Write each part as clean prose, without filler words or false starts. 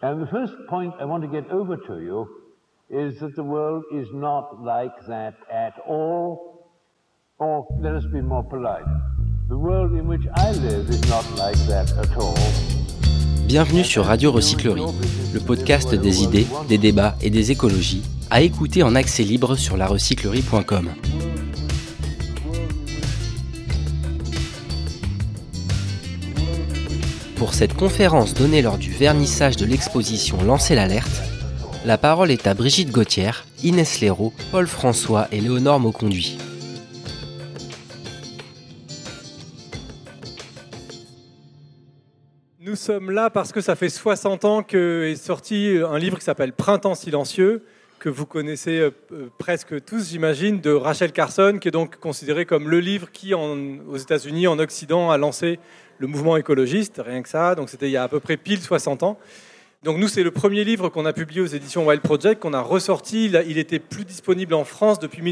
And the first point I want to get over to you is that the world is not like that at all, or let us be more polite. The world in which I live is not like that at all. Bienvenue sur Radio Recyclerie, le podcast des idées, des débats et des écologies, à écouter en accès libre sur larecyclerie.com. Pour cette conférence donnée lors du vernissage de l'exposition Lancer l'alerte, la parole est à Brigitte Gauthier, Inès Léraud, Paul François et Léonore Mauconduit. Nous sommes là parce que ça fait 60 ans qu'est sorti un livre qui s'appelle Printemps silencieux, que vous connaissez presque tous, j'imagine, de Rachel Carson, qui est donc considéré comme le livre qui, aux États-Unis, en Occident, a lancé le mouvement écologiste, rien que ça. Donc c'était il y a à peu près pile 60 ans. Donc nous, c'est le premier livre qu'on a publié aux éditions Wild Project, qu'on a ressorti. Il était plus disponible en France depuis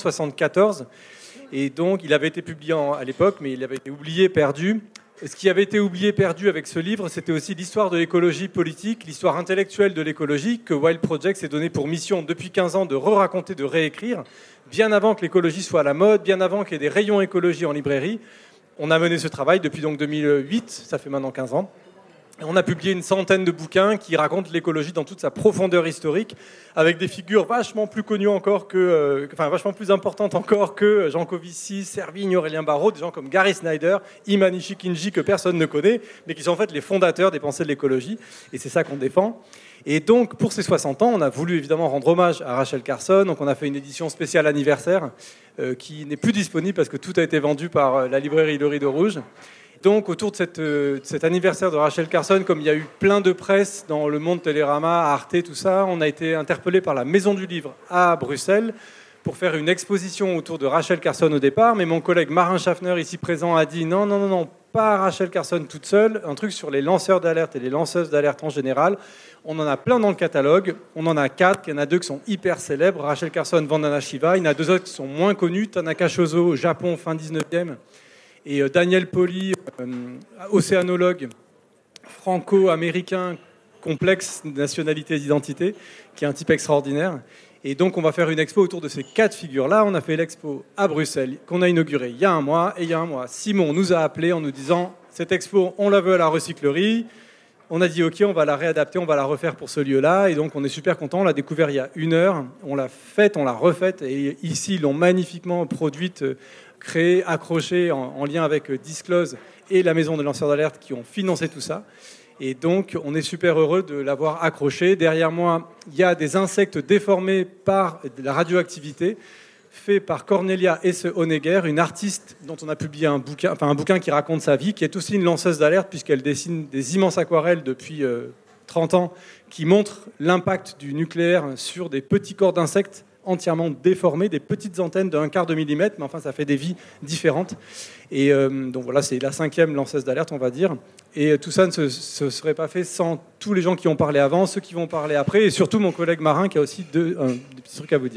1974. Et donc, il avait été publié à l'époque, mais il avait été oublié, perdu. Et ce qui avait été oublié, perdu avec ce livre, c'était aussi l'histoire de l'écologie politique, l'histoire intellectuelle de l'écologie, que Wild Project s'est donné pour mission depuis 15 ans de re-raconter, de réécrire, bien avant que l'écologie soit à la mode, bien avant qu'il y ait des rayons écologie en librairie. On a mené ce travail depuis donc 2008, ça fait maintenant 15 ans. Et on a publié une centaine de bouquins qui racontent l'écologie dans toute sa profondeur historique, avec des figures vachement plus connues encore vachement plus importantes encore que Jean Covici, Servigne, Aurélien Barraud, des gens comme Gary Snyder, Imani Shikinji, que personne ne connaît, mais qui sont en fait les fondateurs des pensées de l'écologie. Et c'est ça qu'on défend. Et donc, pour ces 60 ans, on a voulu évidemment rendre hommage à Rachel Carson. Donc, on a fait une édition spéciale anniversaire qui n'est plus disponible parce que tout a été vendu par la librairie Le Rideau Rouge. Donc, autour de cet anniversaire de Rachel Carson, comme il y a eu plein de presse dans Le Monde, Télérama, Arte, tout ça, on a été interpellé par la Maison du Livre à Bruxelles pour faire une exposition autour de Rachel Carson au départ. Mais mon collègue Marin Schaffner, ici présent, a dit non, pas Rachel Carson toute seule, un truc sur les lanceurs d'alerte et les lanceuses d'alerte en général. On en a plein dans le catalogue, on en a 4, il y en a 2 qui sont hyper célèbres, Rachel Carson, Vandana Shiva, il y en a 2 autres qui sont moins connus, Tanaka Shozo au Japon, fin 19e, et Daniel Pauly, océanologue franco-américain, complexe, nationalité et d'identité, qui est un type extraordinaire. Et donc on va faire une expo autour de ces 4 figures-là. On a fait l'expo à Bruxelles, qu'on a inaugurée il y a un mois, et il y a un mois, Simon nous a appelés en nous disant « Cette expo, on la veut à la recyclerie ». On a dit ok, on va la réadapter, on va la refaire pour ce lieu-là. Et donc on est super content, on l'a découvert il y a 1 heure. On l'a faite, on l'a refaite. Et ici, ils l'ont magnifiquement produite, créée, accrochée en lien avec Disclose et la maison des lanceurs d'alerte qui ont financé tout ça. Et donc on est super heureux de l'avoir accrochée. Derrière moi, il y a des insectes déformés par de la radioactivité, fait par Cornelia Hesse-Honegger, une artiste dont on a publié un bouquin qui raconte sa vie, qui est aussi une lanceuse d'alerte puisqu'elle dessine des immenses aquarelles depuis 30 ans qui montrent l'impact du nucléaire sur des petits corps d'insectes entièrement déformés, des petites antennes de 1/4 de millimètre, mais enfin ça fait des vies différentes. Et donc voilà, c'est la 5e lanceuse d'alerte, on va dire. Et tout ça ne se serait pas fait sans tous les gens qui ont parlé avant, ceux qui vont parler après, et surtout mon collègue Marin qui a aussi des petits trucs à vous dire.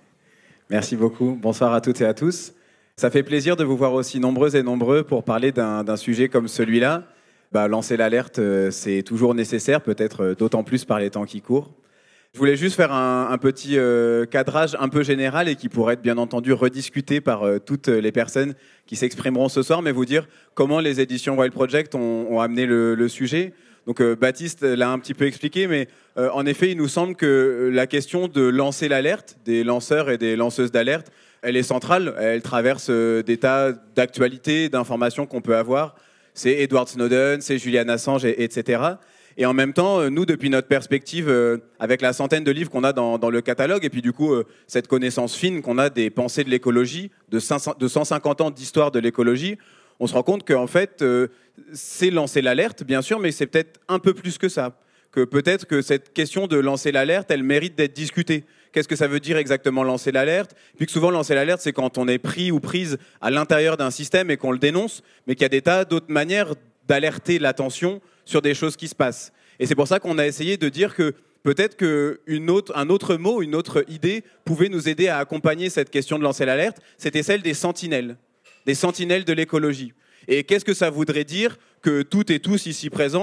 Merci beaucoup. Bonsoir à toutes et à tous. Ça fait plaisir de vous voir aussi nombreuses et nombreux pour parler d'un sujet comme celui-là. Lancer l'alerte, c'est toujours nécessaire, peut-être d'autant plus par les temps qui courent. Je voulais juste faire un petit cadrage un peu général et qui pourrait être bien entendu rediscuté par toutes les personnes qui s'exprimeront ce soir, mais vous dire comment les éditions Wild Project ont amené le sujet. Donc Baptiste l'a un petit peu expliqué, mais en effet, il nous semble que la question de lancer l'alerte, des lanceurs et des lanceuses d'alerte, elle est centrale. Elle traverse des tas d'actualités, d'informations qu'on peut avoir. C'est Edward Snowden, c'est Julian Assange, etc. Et en même temps, nous, depuis notre perspective, avec la centaine de livres qu'on a dans le catalogue, et puis du coup, cette connaissance fine qu'on a des pensées de l'écologie, de 150 ans d'histoire de l'écologie, on se rend compte qu'en fait, c'est lancer l'alerte, bien sûr, mais c'est peut-être un peu plus que ça. Que peut-être que cette question de lancer l'alerte, elle mérite d'être discutée. Qu'est-ce que ça veut dire exactement lancer l'alerte ? Puis que souvent, lancer l'alerte, c'est quand on est pris ou prise à l'intérieur d'un système et qu'on le dénonce, mais qu'il y a des tas d'autres manières d'alerter l'attention sur des choses qui se passent. Et c'est pour ça qu'on a essayé de dire que peut-être qu'un autre mot, une autre idée pouvait nous aider à accompagner cette question de lancer l'alerte. C'était celle des sentinelles de l'écologie. Et qu'est-ce que ça voudrait dire que toutes et tous ici présents,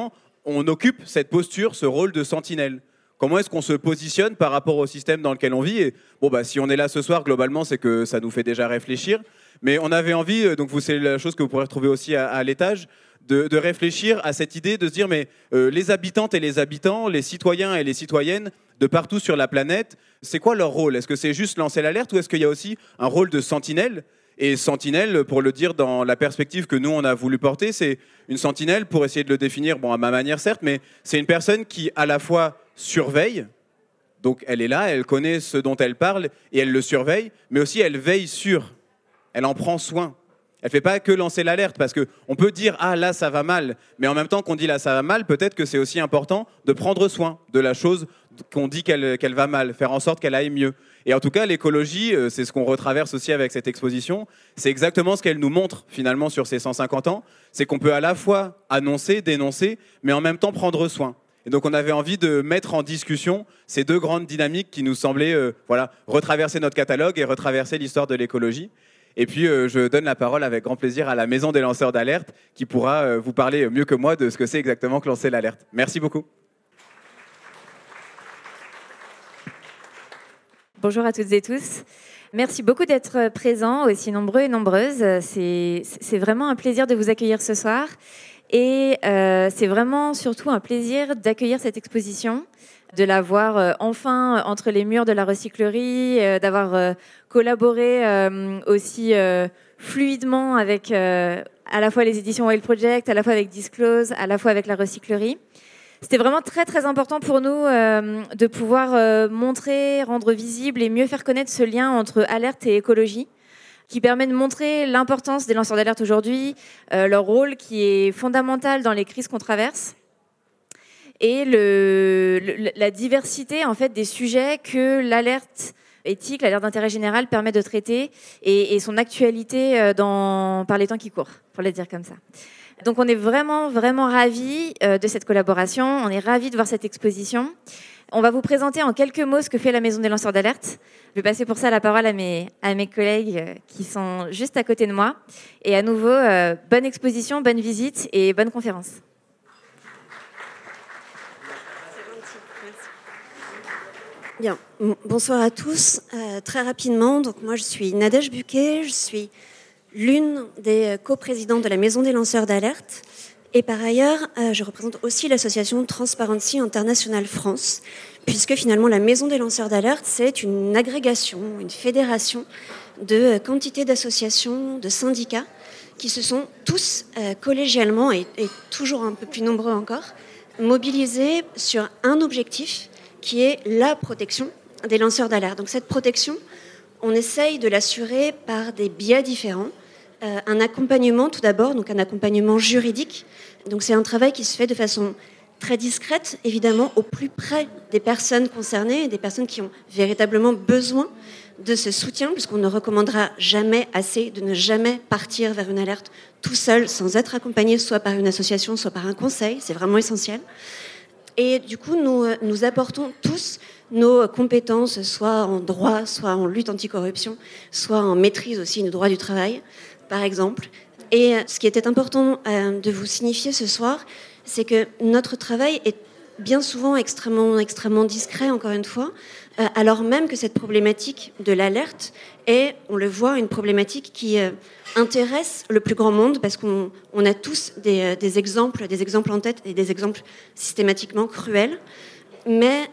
on occupe cette posture, ce rôle de sentinelle? Comment est-ce qu'on se positionne par rapport au système dans lequel on vit? Et si on est là ce soir, globalement, c'est que ça nous fait déjà réfléchir. Mais on avait envie, donc c'est la chose que vous pourrez retrouver aussi à l'étage, de réfléchir à cette idée de se dire, mais les habitantes et les habitants, les citoyens et les citoyennes de partout sur la planète, c'est quoi leur rôle? Est-ce que c'est juste lancer l'alerte ou est-ce qu'il y a aussi un rôle de sentinelle? Et sentinelle, pour le dire dans la perspective que nous, on a voulu porter, c'est une sentinelle, pour essayer de le définir, à ma manière certes, mais c'est une personne qui à la fois surveille, donc elle est là, elle connaît ce dont elle parle et elle le surveille, mais aussi elle veille sur, elle en prend soin. Elle ne fait pas que lancer l'alerte, parce qu'on peut dire « Ah, là, ça va mal », mais en même temps qu'on dit « Là, ça va mal », peut-être que c'est aussi important de prendre soin de la chose qu'on dit qu'elle va mal, faire en sorte qu'elle aille mieux. Et en tout cas, l'écologie, c'est ce qu'on retraverse aussi avec cette exposition, c'est exactement ce qu'elle nous montre finalement sur ces 150 ans, c'est qu'on peut à la fois annoncer, dénoncer, mais en même temps prendre soin. Et donc on avait envie de mettre en discussion ces deux grandes dynamiques qui nous semblaient retraverser notre catalogue et retraverser l'histoire de l'écologie. Et puis je donne la parole avec grand plaisir à la Maison des lanceurs d'alerte qui pourra vous parler mieux que moi de ce que c'est exactement que lancer l'alerte. Merci beaucoup. Bonjour à toutes et tous. Merci beaucoup d'être présents, aussi nombreux et nombreuses. C'est vraiment un plaisir de vous accueillir ce soir. Et c'est vraiment surtout un plaisir d'accueillir cette exposition, de la voir enfin entre les murs de la recyclerie, d'avoir collaboré aussi fluidement avec à la fois les éditions Wild Project, à la fois avec Disclose, à la fois avec la recyclerie. C'était vraiment très très important pour nous de pouvoir montrer, rendre visible et mieux faire connaître ce lien entre alerte et écologie, qui permet de montrer l'importance des lanceurs d'alerte aujourd'hui, leur rôle qui est fondamental dans les crises qu'on traverse, et la diversité en fait des sujets que l'alerte éthique, l'alerte d'intérêt général permet de traiter, et son actualité par les temps qui courent, pour le dire comme ça. Donc on est vraiment, vraiment ravis de cette collaboration, on est ravis de voir cette exposition. On va vous présenter en quelques mots ce que fait la Maison des lanceurs d'alerte. Je vais passer pour ça la parole à mes collègues qui sont juste à côté de moi. Et à nouveau, bonne exposition, bonne visite et bonne conférence. Bien, bonsoir à tous. Très rapidement, donc moi je suis Nadège Buquet, je suis l'une des coprésidentes de la Maison des lanceurs d'alerte. Et par ailleurs, je représente aussi l'association Transparency International France, puisque finalement la Maison des lanceurs d'alerte, c'est une agrégation, une fédération de quantité d'associations, de syndicats, qui se sont tous collégialement, et toujours un peu plus nombreux encore, mobilisés sur un objectif qui est la protection des lanceurs d'alerte. Donc cette protection, on essaye de l'assurer par des biais différents. Un accompagnement tout d'abord, donc un accompagnement juridique. Donc c'est un travail qui se fait de façon très discrète, évidemment, au plus près des personnes concernées, des personnes qui ont véritablement besoin de ce soutien, puisqu'on ne recommandera jamais assez de ne jamais partir vers une alerte tout seul, sans être accompagné soit par une association, soit par un conseil. C'est vraiment essentiel. Et du coup, nous apportons tous nos compétences, soit en droit, soit en lutte anticorruption, soit en maîtrise aussi du droit du travail, par exemple. Et ce qui était important de vous signifier ce soir, c'est que notre travail est bien souvent extrêmement discret, encore une fois, alors même que cette problématique de l'alerte est, on le voit, une problématique qui intéresse le plus grand monde, parce qu'on a tous des exemples en tête, et des exemples systématiquement cruels. Mais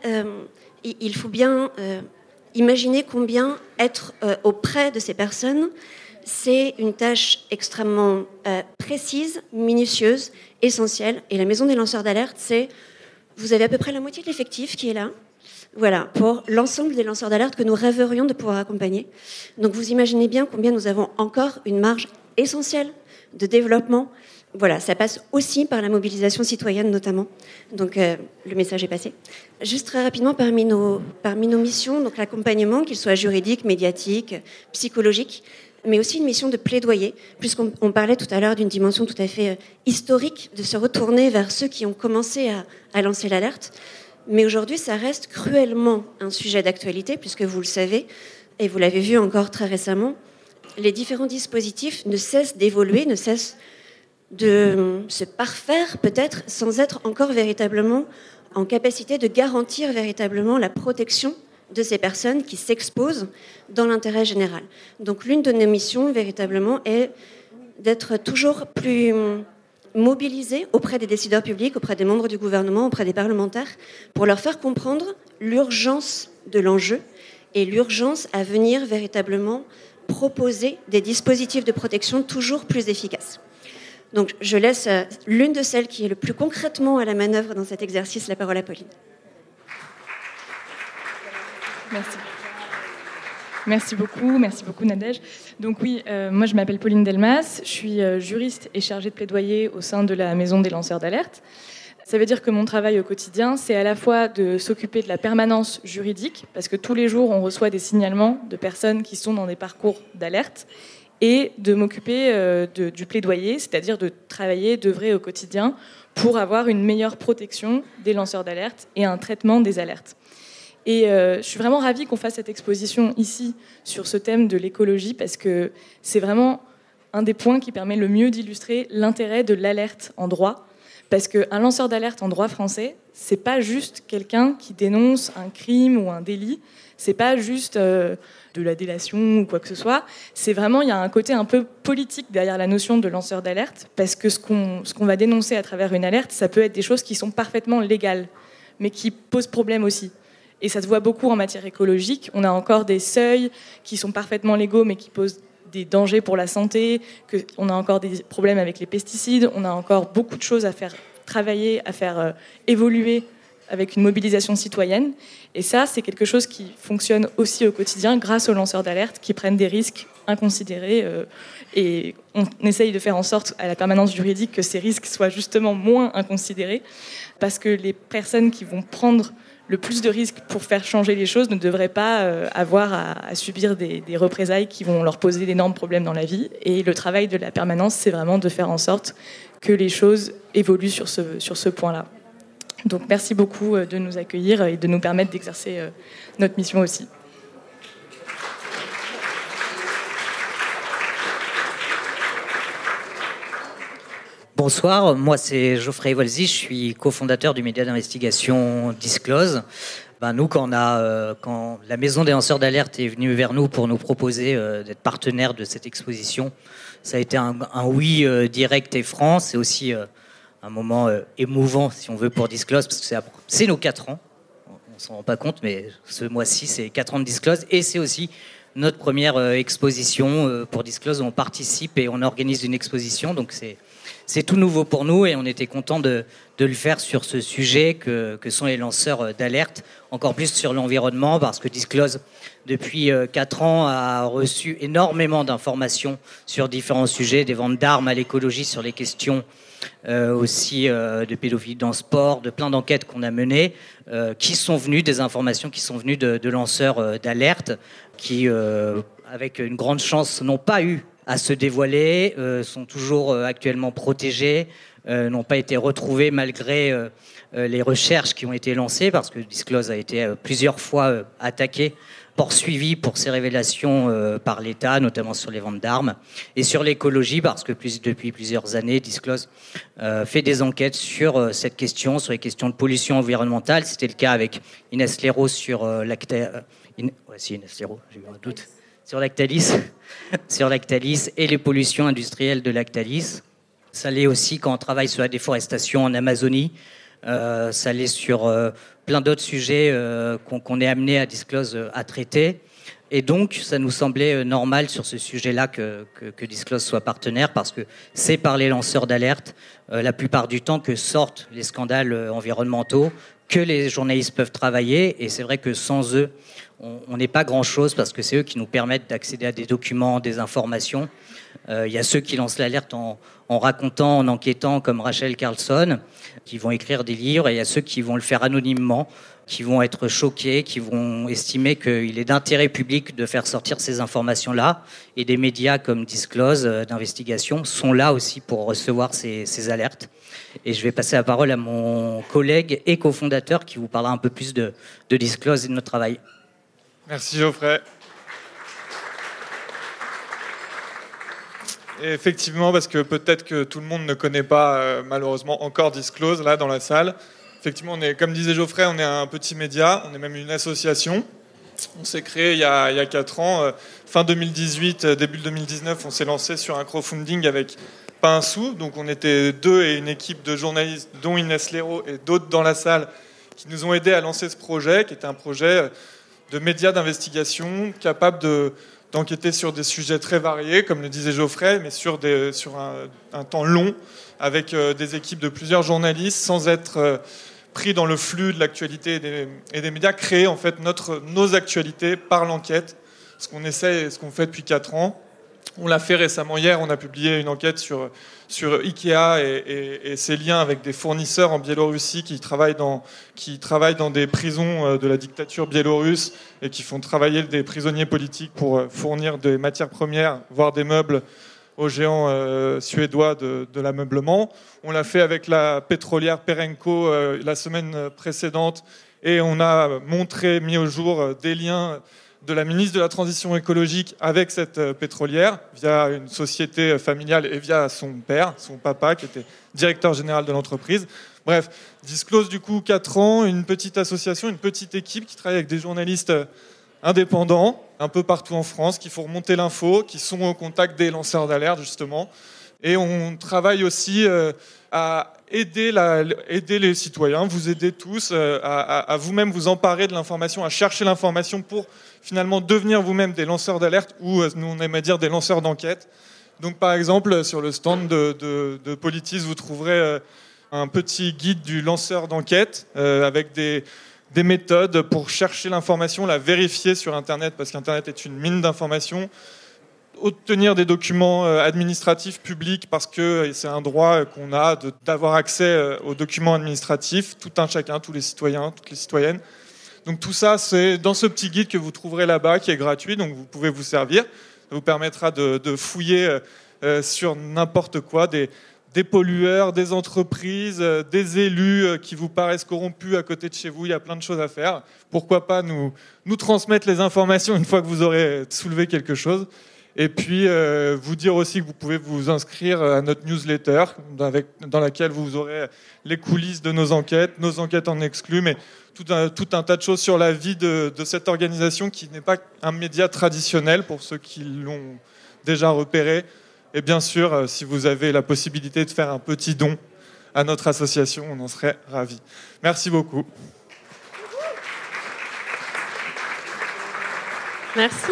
il faut bien imaginer combien être auprès de ces personnes, c'est une tâche extrêmement précise, minutieuse, essentielle. Et la Maison des lanceurs d'alerte, vous avez à peu près la moitié de l'effectif qui est là. Voilà, pour l'ensemble des lanceurs d'alerte que nous rêverions de pouvoir accompagner. Donc vous imaginez bien combien nous avons encore une marge essentielle de développement. Voilà, ça passe aussi par la mobilisation citoyenne notamment. Donc le message est passé. Juste très rapidement, parmi nos missions, donc l'accompagnement, qu'il soit juridique, médiatique, psychologique, mais aussi une mission de plaidoyer, puisqu'on parlait tout à l'heure d'une dimension tout à fait historique, de se retourner vers ceux qui ont commencé à lancer l'alerte. Mais aujourd'hui, ça reste cruellement un sujet d'actualité, puisque vous le savez, et vous l'avez vu encore très récemment, les différents dispositifs ne cessent d'évoluer, ne cessent de se parfaire peut-être sans être encore véritablement en capacité de garantir véritablement la protection de ces personnes qui s'exposent dans l'intérêt général. Donc l'une de nos missions véritablement est d'être toujours plus mobilisés auprès des décideurs publics, auprès des membres du gouvernement, auprès des parlementaires, pour leur faire comprendre l'urgence de l'enjeu et l'urgence à venir véritablement proposer des dispositifs de protection toujours plus efficaces. Donc je laisse l'une de celles qui est le plus concrètement à la manœuvre dans cet exercice la parole à Pauline. Merci. Merci beaucoup Nadège. Donc oui, moi je m'appelle Pauline Delmas, je suis juriste et chargée de plaidoyer au sein de la Maison des lanceurs d'alerte. Ça veut dire que mon travail au quotidien, c'est à la fois de s'occuper de la permanence juridique, parce que tous les jours on reçoit des signalements de personnes qui sont dans des parcours d'alerte, et de m'occuper du plaidoyer, c'est-à-dire de travailler, d'œuvrer au quotidien pour avoir une meilleure protection des lanceurs d'alerte et un traitement des alertes. Et je suis vraiment ravie qu'on fasse cette exposition ici sur ce thème de l'écologie parce que c'est vraiment un des points qui permet le mieux d'illustrer l'intérêt de l'alerte en droit. Parce qu'un lanceur d'alerte en droit français, c'est pas juste quelqu'un qui dénonce un crime ou un délit, c'est pas juste de la délation ou quoi que ce soit. C'est vraiment, il y a un côté un peu politique derrière la notion de lanceur d'alerte parce que ce qu'on va dénoncer à travers une alerte, ça peut être des choses qui sont parfaitement légales, mais qui posent problème aussi. Et ça se voit beaucoup en matière écologique. On a encore des seuils qui sont parfaitement légaux, mais qui posent des dangers pour la santé. On a encore des problèmes avec les pesticides. On a encore beaucoup de choses à faire travailler, à faire évoluer avec une mobilisation citoyenne. Et ça, c'est quelque chose qui fonctionne aussi au quotidien grâce aux lanceurs d'alerte qui prennent des risques inconsidérés. Et on essaye de faire en sorte à la permanence juridique que ces risques soient justement moins inconsidérés parce que les personnes qui vont prendre le plus de risques pour faire changer les choses ne devraient pas avoir à subir des représailles qui vont leur poser d'énormes problèmes dans la vie. Et le travail de la permanence, c'est vraiment de faire en sorte que les choses évoluent sur ce point-là. Donc merci beaucoup de nous accueillir et de nous permettre d'exercer notre mission aussi. Bonsoir, moi c'est Geoffrey Walzy, je suis cofondateur du média d'investigation Disclose. Nous, quand la Maison des lanceurs d'alerte est venue vers nous pour nous proposer d'être partenaire de cette exposition, ça a été un oui direct et franc. C'est aussi un moment émouvant, si on veut, pour Disclose, parce que c'est nos 4 ans. On s'en rend pas compte, mais ce mois-ci, c'est 4 ans de Disclose, et c'est aussi notre première exposition pour Disclose où on participe et on organise une exposition, donc c'est tout nouveau pour nous et on était content de le faire sur ce sujet que sont les lanceurs d'alerte, encore plus sur l'environnement parce que Disclose, depuis 4 ans, a reçu énormément d'informations sur différents sujets, des ventes d'armes à l'écologie, sur les questions aussi de pédophilie dans le sport, de plein d'enquêtes qu'on a menées, qui sont venues, des informations qui sont venues de lanceurs d'alerte qui, avec une grande chance, n'ont pas eu à se dévoiler, sont toujours actuellement protégés, n'ont pas été retrouvés malgré les recherches qui ont été lancées, parce que Disclose a été plusieurs fois attaqué, poursuivi pour ses révélations par l'État, notamment sur les ventes d'armes, et sur l'écologie, parce que depuis plusieurs années, Disclose fait des enquêtes sur cette question, sur les questions de pollution environnementale. C'était le cas avec Inès Léraud sur Inès Léraud, j'ai eu un doute. Sur Lactalis et les pollutions industrielles de Lactalis. Ça l'est aussi quand on travaille sur la déforestation en Amazonie. Ça l'est sur plein d'autres sujets qu'on est amené à Disclose à traiter. Et donc, ça nous semblait normal sur ce sujet-là que Disclose soit partenaire parce que c'est par les lanceurs d'alerte, la plupart du temps, que sortent les scandales environnementaux, que les journalistes peuvent travailler. Et c'est vrai que sans eux, on n'est pas grand-chose parce que c'est eux qui nous permettent d'accéder à des documents, des informations. Il y a ceux qui lancent l'alerte en racontant, en enquêtant, comme Rachel Carlson, qui vont écrire des livres, et il y a ceux qui vont le faire anonymement, qui vont être choqués, qui vont estimer qu'il est d'intérêt public de faire sortir ces informations-là. Et des médias comme Disclose, d'investigation, sont là aussi pour recevoir ces alertes. Et je vais passer la parole à mon collègue et cofondateur qui vous parlera un peu plus de Disclose et de notre travail. Merci Geoffrey. Et effectivement, parce que peut-être que tout le monde ne connaît pas malheureusement encore Disclose là dans la salle. Effectivement, on est, comme disait Geoffrey, on est un petit média, on est même une association. On s'est créé il y a 4 ans, fin 2018, début 2019, on s'est lancé sur un crowdfunding avec pas un sou. Donc on était 2 et une équipe de journalistes, dont Inès Léraud et d'autres dans la salle, qui nous ont aidés à lancer ce projet, qui était un projet de médias d'investigation capable d'enquêter sur des sujets très variés, comme le disait Geoffrey, mais sur un temps long, avec des équipes de plusieurs journalistes, sans être pris dans le flux de l'actualité et des médias, créer en fait nos actualités par l'enquête, ce qu'on essaie et ce qu'on fait depuis 4 ans. On l'a fait récemment hier, on a publié une enquête sur Ikea et ses liens avec des fournisseurs en Biélorussie qui travaillent dans des prisons de la dictature biélorusse et qui font travailler des prisonniers politiques pour fournir des matières premières, voire des meubles aux géants suédois de l'ameublement. On l'a fait avec la pétrolière Perenco la semaine précédente et on a mis au jour des liens de la ministre de la Transition écologique avec cette pétrolière via une société familiale et via son père, son papa, qui était directeur général de l'entreprise. Bref, Disclose, du coup, 4 ans, une petite association, une petite équipe qui travaille avec des journalistes indépendants, un peu partout en France, qui font remonter l'info, qui sont au contact des lanceurs d'alerte, justement. Et on travaille aussi à aider les citoyens, vous aider tous à vous-même vous emparer de l'information, à chercher l'information pour finalement devenir vous-même des lanceurs d'alerte ou, nous on aime à dire, des lanceurs d'enquête. Donc par exemple, sur le stand de Politis, vous trouverez un petit guide du lanceur d'enquête avec des méthodes pour chercher l'information, la vérifier sur Internet, parce qu'Internet est une mine d'informations, obtenir des documents administratifs publics, parce que c'est un droit qu'on a d'avoir accès aux documents administratifs, tout un chacun, tous les citoyens, toutes les citoyennes. Donc tout ça, c'est dans ce petit guide que vous trouverez là-bas, qui est gratuit, donc vous pouvez vous servir. Ça vous permettra de fouiller sur n'importe quoi, des pollueurs, des entreprises, des élus qui vous paraissent corrompus à côté de chez vous. Il y a plein de choses à faire. Pourquoi pas nous transmettre les informations une fois que vous aurez soulevé quelque chose. Et puis, vous dire aussi que vous pouvez vous inscrire à notre newsletter dans laquelle vous aurez les coulisses de nos enquêtes en exclu, mais tout un tas de choses sur la vie de cette organisation qui n'est pas un média traditionnel pour ceux qui l'ont déjà repéré. Et bien sûr, si vous avez la possibilité de faire un petit don à notre association, on en serait ravis. Merci beaucoup. Merci.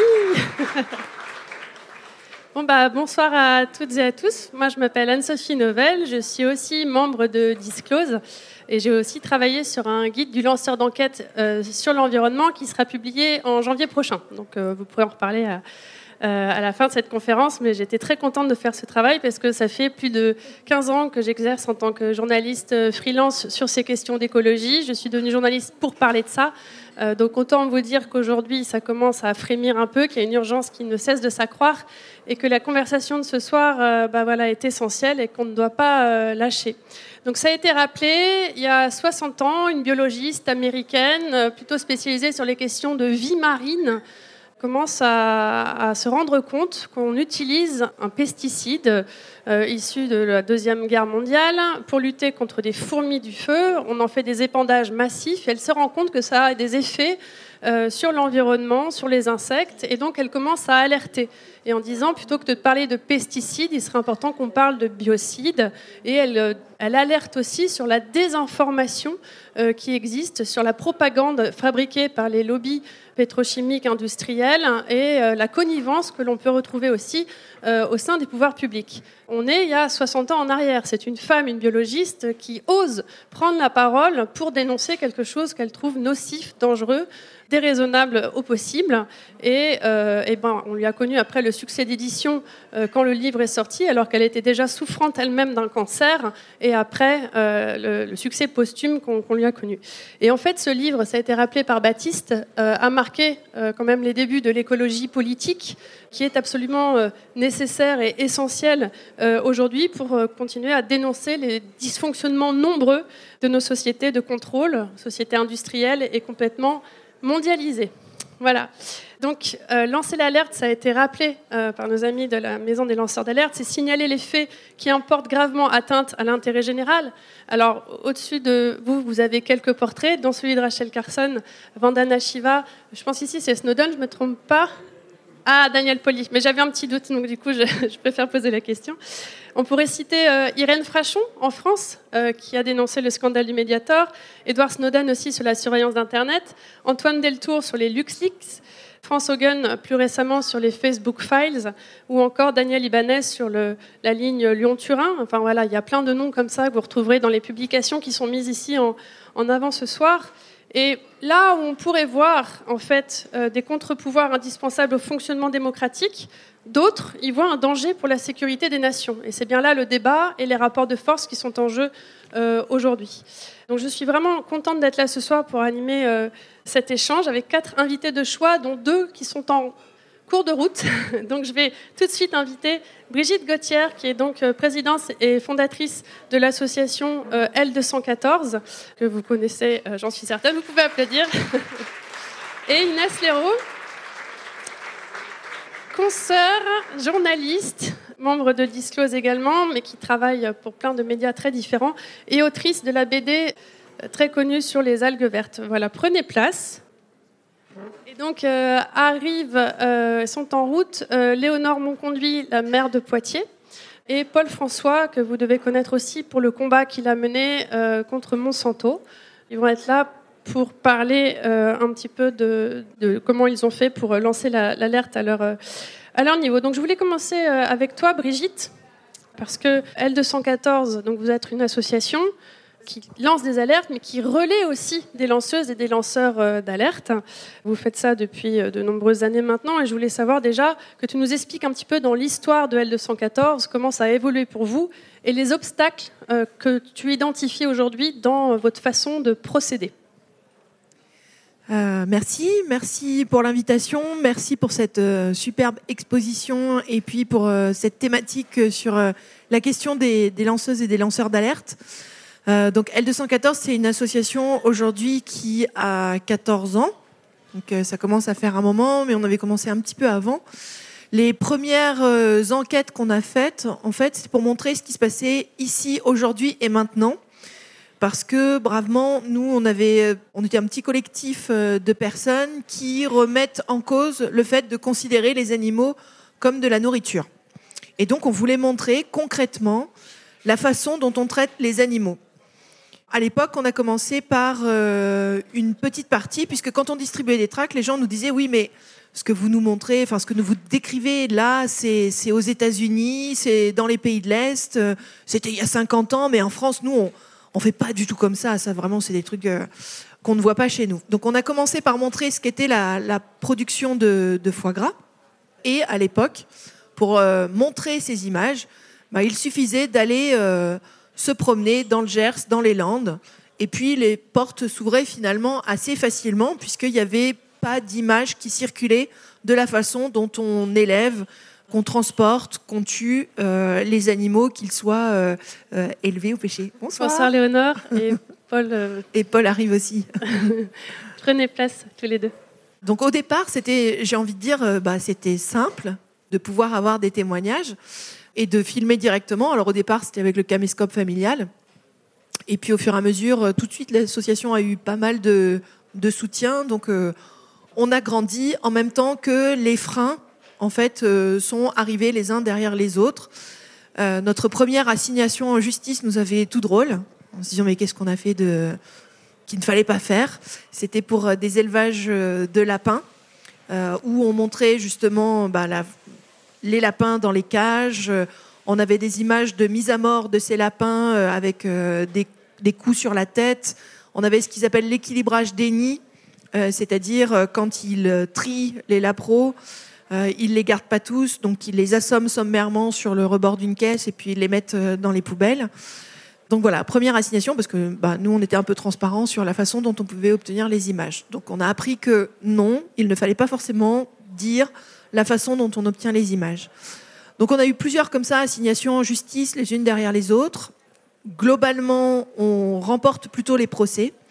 Bonsoir à toutes et à tous. Moi, je m'appelle Anne-Sophie Novelle. Je suis aussi membre de Disclose. Et j'ai aussi travaillé sur un guide du lanceur d'enquête sur l'environnement qui sera publié en janvier prochain. Donc, vous pourrez en reparler à la fin de cette conférence. Mais j'étais très contente de faire ce travail parce que ça fait plus de 15 ans que j'exerce en tant que journaliste freelance sur ces questions d'écologie. Je suis devenue journaliste pour parler de ça. Donc autant vous dire qu'aujourd'hui ça commence à frémir un peu, qu'il y a une urgence qui ne cesse de s'accroître et que la conversation de ce soir est essentielle et qu'on ne doit pas lâcher. Donc ça a été rappelé, il y a 60 ans, une biologiste américaine plutôt spécialisée sur les questions de vie marine commence à se rendre compte qu'on utilise un pesticide issu de la Deuxième Guerre mondiale pour lutter contre des fourmis du feu. On en fait des épandages massifs et elle se rend compte que ça a des effets sur l'environnement, sur les insectes, et donc elle commence à alerter. Et en disant, plutôt que de parler de pesticides, il serait important qu'on parle de biocides. Et elle alerte aussi sur la désinformation qui existe, sur la propagande fabriquée par les lobbies pétrochimiques industriels et la connivence que l'on peut retrouver aussi au sein des pouvoirs publics. On est il y a 60 ans en arrière. C'est une femme, une biologiste, qui ose prendre la parole pour dénoncer quelque chose qu'elle trouve nocif, dangereux, déraisonnable au possible. Et on lui a connu après le succès d'édition quand le livre est sorti, alors qu'elle était déjà souffrante elle-même d'un cancer, et après le succès posthume qu'on lui a connu. Et en fait, ce livre, ça a été rappelé par Baptiste, a marqué quand même les débuts de l'écologie politique, qui est absolument nécessaire et essentielle aujourd'hui pour continuer à dénoncer les dysfonctionnements nombreux de nos sociétés de contrôle, sociétés industrielles et complètement mondialisées. Voilà. Donc, lancer l'alerte, ça a été rappelé par nos amis de la Maison des lanceurs d'alerte, c'est signaler les faits qui portent gravement atteinte à l'intérêt général. Alors, au-dessus de vous, vous avez quelques portraits, dont celui de Rachel Carson, Vandana Shiva, je pense ici c'est Snowden, je ne me trompe pas. Ah, Daniel Pauly, mais j'avais un petit doute, donc du coup, je préfère poser la question. On pourrait citer Irène Frachon, en France, qui a dénoncé le scandale du Mediator, Edward Snowden aussi sur la surveillance d'Internet, Antoine Deltour sur les LuxLeaks, France Hogan plus récemment sur les Facebook Files, ou encore Daniel Ibanez sur la ligne Lyon-Turin. Enfin voilà, il y a plein de noms comme ça que vous retrouverez dans les publications qui sont mises ici en avant ce soir. Et là où on pourrait voir en fait des contre-pouvoirs indispensables au fonctionnement démocratique, d'autres y voient un danger pour la sécurité des nations. Et c'est bien là le débat et les rapports de force qui sont en jeu aujourd'hui. Donc je suis vraiment contente d'être là ce soir pour animer cet échange avec 4 invités de choix, dont 2 qui sont en cours de route. Donc je vais tout de suite inviter Brigitte Gauthier, qui est donc présidente et fondatrice de l'association L214, que vous connaissez, j'en suis certaine, vous pouvez applaudir. Et Inès Leroux, consoeur, journaliste, membre de Disclose également, mais qui travaille pour plein de médias très différents, et autrice de la BD très connue sur les algues vertes. Voilà, prenez place. Et donc sont en route Léonore Monconduit, la maire de Poitiers, et Paul François, que vous devez connaître aussi pour le combat qu'il a mené contre Monsanto. Ils vont être là pour parler un petit peu de comment ils ont fait pour lancer l'alerte à leur niveau. Donc je voulais commencer avec toi, Brigitte, parce que L214, donc vous êtes une association qui lance des alertes, mais qui relaie aussi des lanceuses et des lanceurs d'alerte. Vous faites ça depuis de nombreuses années maintenant, et je voulais savoir déjà que tu nous expliques un petit peu dans l'histoire de L214, comment ça a évolué pour vous, et les obstacles que tu identifies aujourd'hui dans votre façon de procéder. Merci pour l'invitation, merci pour cette superbe exposition, et puis pour cette thématique sur la question des lanceuses et des lanceurs d'alerte. Donc L214, c'est une association aujourd'hui qui a 14 ans. Donc ça commence à faire un moment, mais on avait commencé un petit peu avant. Les premières enquêtes qu'on a faites, en fait, c'est pour montrer ce qui se passait ici, aujourd'hui et maintenant. Parce que, bravement, nous, on était un petit collectif de personnes qui remettent en cause le fait de considérer les animaux comme de la nourriture. Et donc, on voulait montrer concrètement la façon dont on traite les animaux. À l'époque, on a commencé par une petite partie, puisque quand on distribuait des tracts, les gens nous disaient « Oui, mais ce que vous nous montrez, enfin ce que vous décrivez là, c'est aux États-Unis, c'est dans les pays de l'Est, c'était il y a 50 ans, mais en France, nous, on fait pas du tout comme ça. Ça, vraiment, c'est des trucs qu'on ne voit pas chez nous. » Donc, on a commencé par montrer ce qu'était la production de foie gras. Et à l'époque, pour montrer ces images, il suffisait d'aller se promener dans le Gers, dans les Landes. Et puis, les portes s'ouvraient finalement assez facilement, puisqu'il n'y avait pas d'images qui circulaient de la façon dont on élève, qu'on transporte, qu'on tue les animaux, qu'ils soient élevés ou pêchés. Bonsoir Léonore et Paul. Et Paul arrive aussi. Prenez place tous les deux. Donc au départ, j'ai envie de dire, c'était simple de pouvoir avoir des témoignages et de filmer directement. Alors au départ, c'était avec le caméscope familial. Et puis au fur et à mesure, tout de suite, l'association a eu pas mal de soutien. Donc on a grandi en même temps que les freins en fait, sont arrivés les uns derrière les autres. Notre première assignation en justice nous avait tout drôle, en se disant mais qu'est-ce qu'on a fait qu'il ne fallait pas faire. C'était pour des élevages de lapins, où on montrait justement les lapins dans les cages. On avait des images de mise à mort de ces lapins avec des coups sur la tête. On avait ce qu'ils appellent l'équilibrage des nids, c'est-à-dire quand ils trient les lapros, ils ne les gardent pas tous, donc ils les assomment sommairement sur le rebord d'une caisse et puis ils les mettent dans les poubelles. Donc voilà, première assignation, parce que nous, on était un peu transparents sur la façon dont on pouvait obtenir les images. Donc on a appris que non, il ne fallait pas forcément dire la façon dont on obtient les images. Donc on a eu plusieurs comme ça, assignations en justice, les unes derrière les autres. Globalement, on remporte plutôt les procès,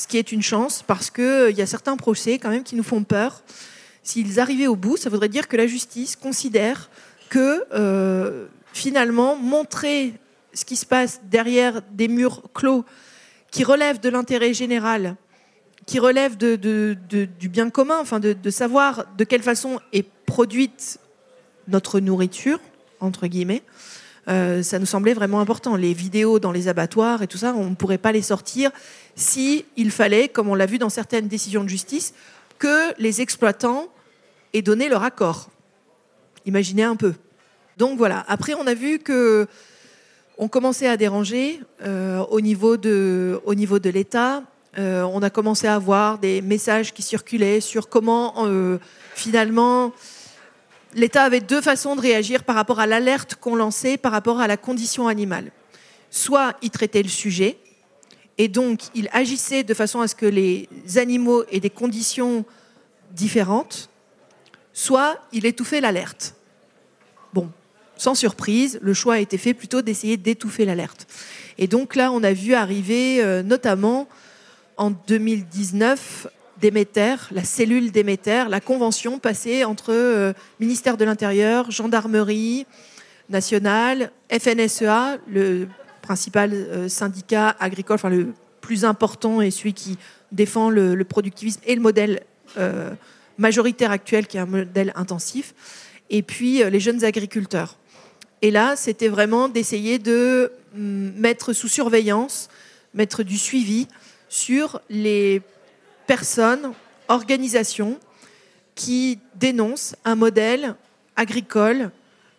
ce qui est une chance parce qu'il y a certains procès quand même qui nous font peur. S'ils arrivaient au bout, ça voudrait dire que la justice considère que finalement, montrer ce qui se passe derrière des murs clos qui relèvent de l'intérêt général, qui relèvent du bien commun, enfin de savoir de quelle façon est produite notre nourriture, entre guillemets, ça nous semblait vraiment important. Les vidéos dans les abattoirs et tout ça, on ne pourrait pas les sortir s'il fallait, comme on l'a vu dans certaines décisions de justice, que les exploitants aient donné leur accord. Imaginez un peu. Donc voilà. Après, on a vu que on commençait à déranger au niveau de l'État. On a commencé à avoir des messages qui circulaient sur comment, finalement, l'État avait deux façons de réagir par rapport à l'alerte qu'on lançait par rapport à la condition animale. Soit il traitait le sujet, et donc il agissait de façon à ce que les animaux aient des conditions différentes, soit il étouffait l'alerte. Bon, sans surprise, le choix a été fait plutôt d'essayer d'étouffer l'alerte. Et donc là, on a vu arriver notamment en 2019 Déméter, la cellule Déméter, la convention passée entre ministère de l'Intérieur, gendarmerie nationale, FNSEA, le principal syndicat agricole, enfin le plus important et celui qui défend le productivisme et le modèle majoritaire actuel qui est un modèle intensif, et puis les jeunes agriculteurs. Et là, c'était vraiment d'essayer de mettre sous surveillance, mettre du suivi sur les personnes, organisations qui dénoncent un modèle agricole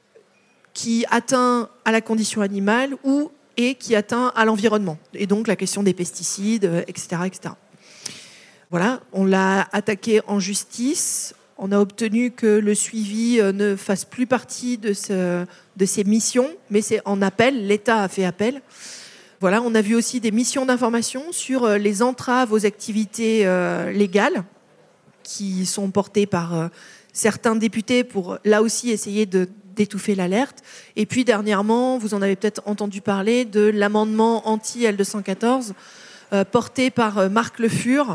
qui atteint à la condition animale et qui atteint à l'environnement. Et donc la question des pesticides, etc., etc. Voilà, on l'a attaqué en justice. On a obtenu que le suivi ne fasse plus partie de ses missions, mais c'est en appel. L'État a fait appel. Voilà, on a vu aussi des missions d'information sur les entraves aux activités légales qui sont portées par certains députés pour, là aussi, essayer d'étouffer l'alerte. Et puis, dernièrement, vous en avez peut-être entendu parler de l'amendement anti-L214 porté par Marc Le Fur,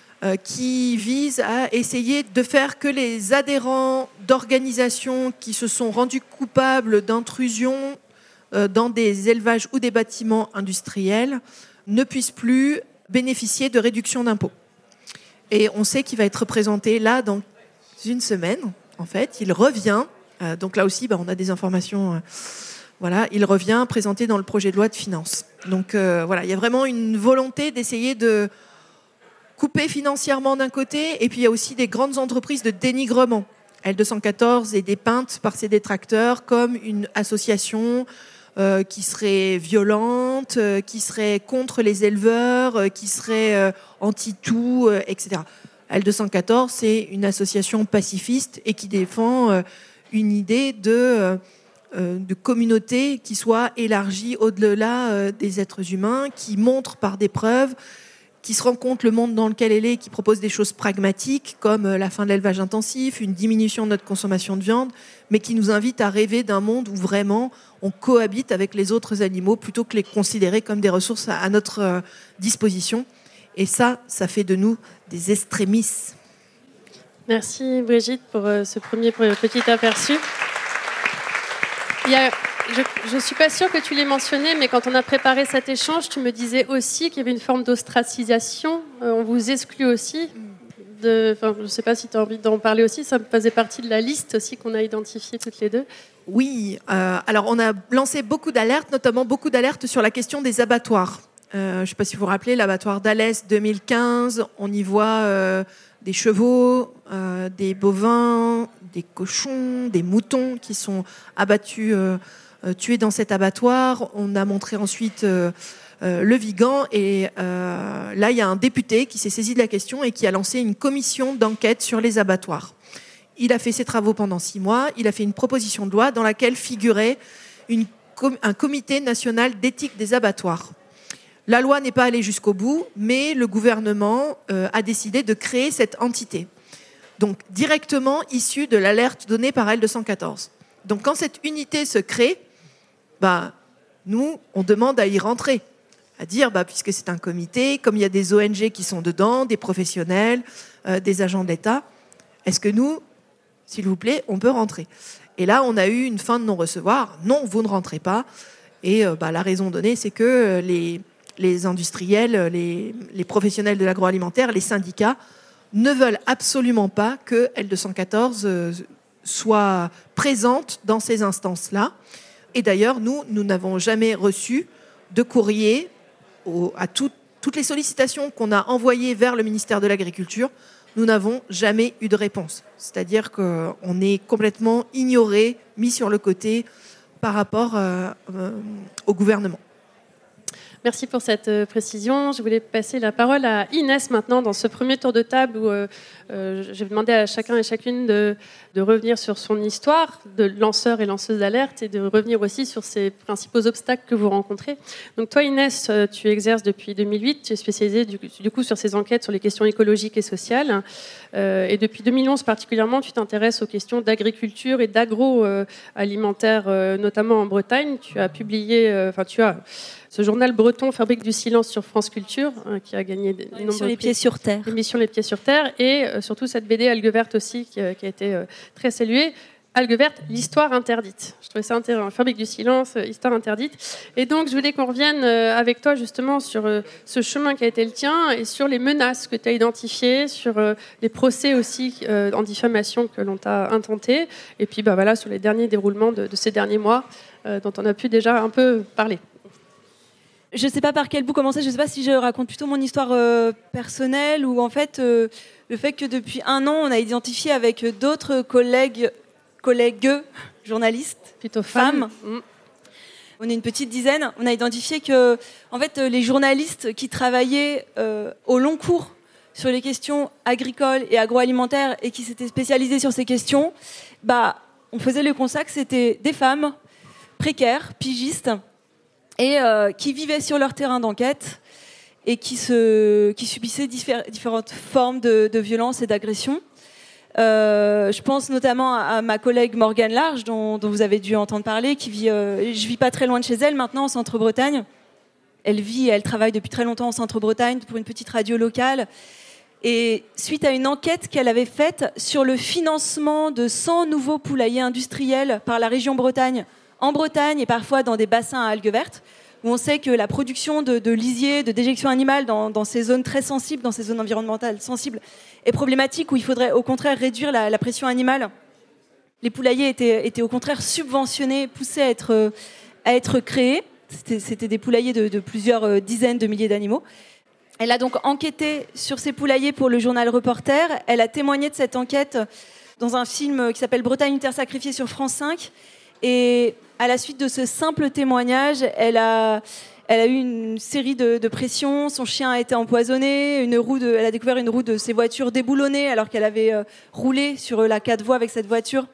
qui vise à essayer de faire que les adhérents d'organisations qui se sont rendus coupables d'intrusion dans des élevages ou des bâtiments industriels ne puissent plus bénéficier de réduction d'impôts. Et on sait qu'il va être présenté là dans une semaine. En fait, il revient. Donc là aussi, on a des informations. Voilà, il revient présenté dans le projet de loi de finances. Donc voilà, il y a vraiment une volonté d'essayer de couper financièrement d'un côté, et puis il y a aussi des grandes entreprises de dénigrement. L214 est dépeinte par ses détracteurs comme une association qui serait violente, qui serait contre les éleveurs, qui serait anti-tout, etc. L214, c'est une association pacifiste et qui défend une idée de communauté qui soit élargie au-delà des êtres humains, qui montre par des preuves, qui se rend compte le monde dans lequel elle est, qui propose des choses pragmatiques comme la fin de l'élevage intensif, une diminution de notre consommation de viande, mais qui nous invite à rêver d'un monde où vraiment on cohabite avec les autres animaux plutôt que les considérer comme des ressources à notre disposition. Et ça fait de nous des extrémistes. Merci Brigitte pour ce premier petit aperçu. Je ne suis pas sûre que tu l'aies mentionné, mais quand on a préparé cet échange, tu me disais aussi qu'il y avait une forme d'ostracisation. On vous exclut aussi. Je ne sais pas si tu as envie d'en parler aussi. Ça faisait partie de la liste aussi qu'on a identifiée toutes les deux. Oui. Alors, on a lancé beaucoup d'alertes, notamment beaucoup d'alertes sur la question des abattoirs. Je ne sais pas si vous vous rappelez, l'abattoir d'Alès 2015, on y voit des chevaux, des bovins, des cochons, des moutons qui sont abattus, tués dans cet abattoir. On a montré ensuite le Vigan et là, il y a un député qui s'est saisi de la question et qui a lancé une commission d'enquête sur les abattoirs. Il a fait ses travaux pendant 6 mois. Il a fait une proposition de loi dans laquelle figurait un comité national d'éthique des abattoirs. La loi n'est pas allée jusqu'au bout, mais le gouvernement a décidé de créer cette entité. Donc, directement issue de l'alerte donnée par L214. Donc, quand cette unité se crée, nous, on demande à y rentrer. à dire, puisque c'est un comité, comme il y a des ONG qui sont dedans, des professionnels, des agents de l'État, est-ce que nous, s'il vous plaît, on peut rentrer ? Et là, on a eu une fin de non-recevoir. Non, vous ne rentrez pas. Et la raison donnée, c'est que les industriels, les professionnels de l'agroalimentaire, les syndicats, ne veulent absolument pas que L214 soit présente dans ces instances-là. Et d'ailleurs, nous n'avons jamais reçu de courrier à toutes les sollicitations qu'on a envoyées vers le ministère de l'Agriculture. Nous n'avons jamais eu de réponse. C'est-à-dire qu'on est complètement ignoré, mis sur le côté par rapport au gouvernement. Merci pour cette précision. Je voulais passer la parole à Inès maintenant dans ce premier tour de table où j'ai demandé à chacun et chacune de revenir sur son histoire de lanceur et lanceuse d'alerte et de revenir aussi sur ces principaux obstacles que vous rencontrez. Donc toi Inès, tu exerces depuis 2008, tu es spécialisée du coup sur ces enquêtes sur les questions écologiques et sociales. Et depuis 2011 particulièrement, tu t'intéresses aux questions d'agriculture et d'agroalimentaire, notamment en Bretagne. Tu as publié, tu as ce journal breton Fabrique du silence sur France Culture, qui a gagné des l'émission Les Pieds sur Terre. L'émission Les Pieds sur Terre, et surtout cette BD Algue Verte aussi, qui a été très saluée. Algue Verte, l'histoire interdite. Je trouvais ça intéressant. Fabrique du silence, histoire interdite. Et donc, je voulais qu'on revienne avec toi justement sur ce chemin qui a été le tien et sur les menaces que tu as identifiées, sur les procès aussi en diffamation que l'on t'a intentés, et puis sur les derniers déroulements de ces derniers mois dont on a pu déjà un peu parler. Je ne sais pas par quel bout commencer, je ne sais pas si je raconte plutôt mon histoire personnelle ou en fait le fait que depuis 1 an, on a identifié avec d'autres collègues journalistes, plutôt femmes. On est une petite dizaine, on a identifié que en fait, les journalistes qui travaillaient au long cours sur les questions agricoles et agroalimentaires et qui s'étaient spécialisés sur ces questions, on faisait le constat que c'était des femmes précaires, pigistes, et qui vivaient sur leur terrain d'enquête et qui subissaient différentes formes de violence et d'agression. Je pense notamment à ma collègue Morgane Large, dont vous avez dû entendre parler, qui vit, je vis pas très loin de chez elle maintenant, en Centre-Bretagne. Elle travaille depuis très longtemps en Centre-Bretagne pour une petite radio locale. Et suite à une enquête qu'elle avait faite sur le financement de 100 nouveaux poulaillers industriels par la région Bretagne, en Bretagne et parfois dans des bassins à algues vertes, où on sait que la production de lisier, de déjection animale dans ces zones très sensibles, dans ces zones environnementales sensibles, est problématique, où il faudrait au contraire réduire la pression animale. Les poulaillers étaient au contraire subventionnés, poussés à être créés. C'était des poulaillers de plusieurs dizaines de milliers d'animaux. Elle a donc enquêté sur ces poulaillers pour le journal Reporter. Elle a témoigné de cette enquête dans un film qui s'appelle Bretagne, une terre sacrifiée sur France 5. Et à la suite de ce simple témoignage, elle a eu une série de pressions. Son chien a été empoisonné. Elle a découvert une roue de ses voitures déboulonnée alors qu'elle avait roulé sur la 4 voies avec cette voiture.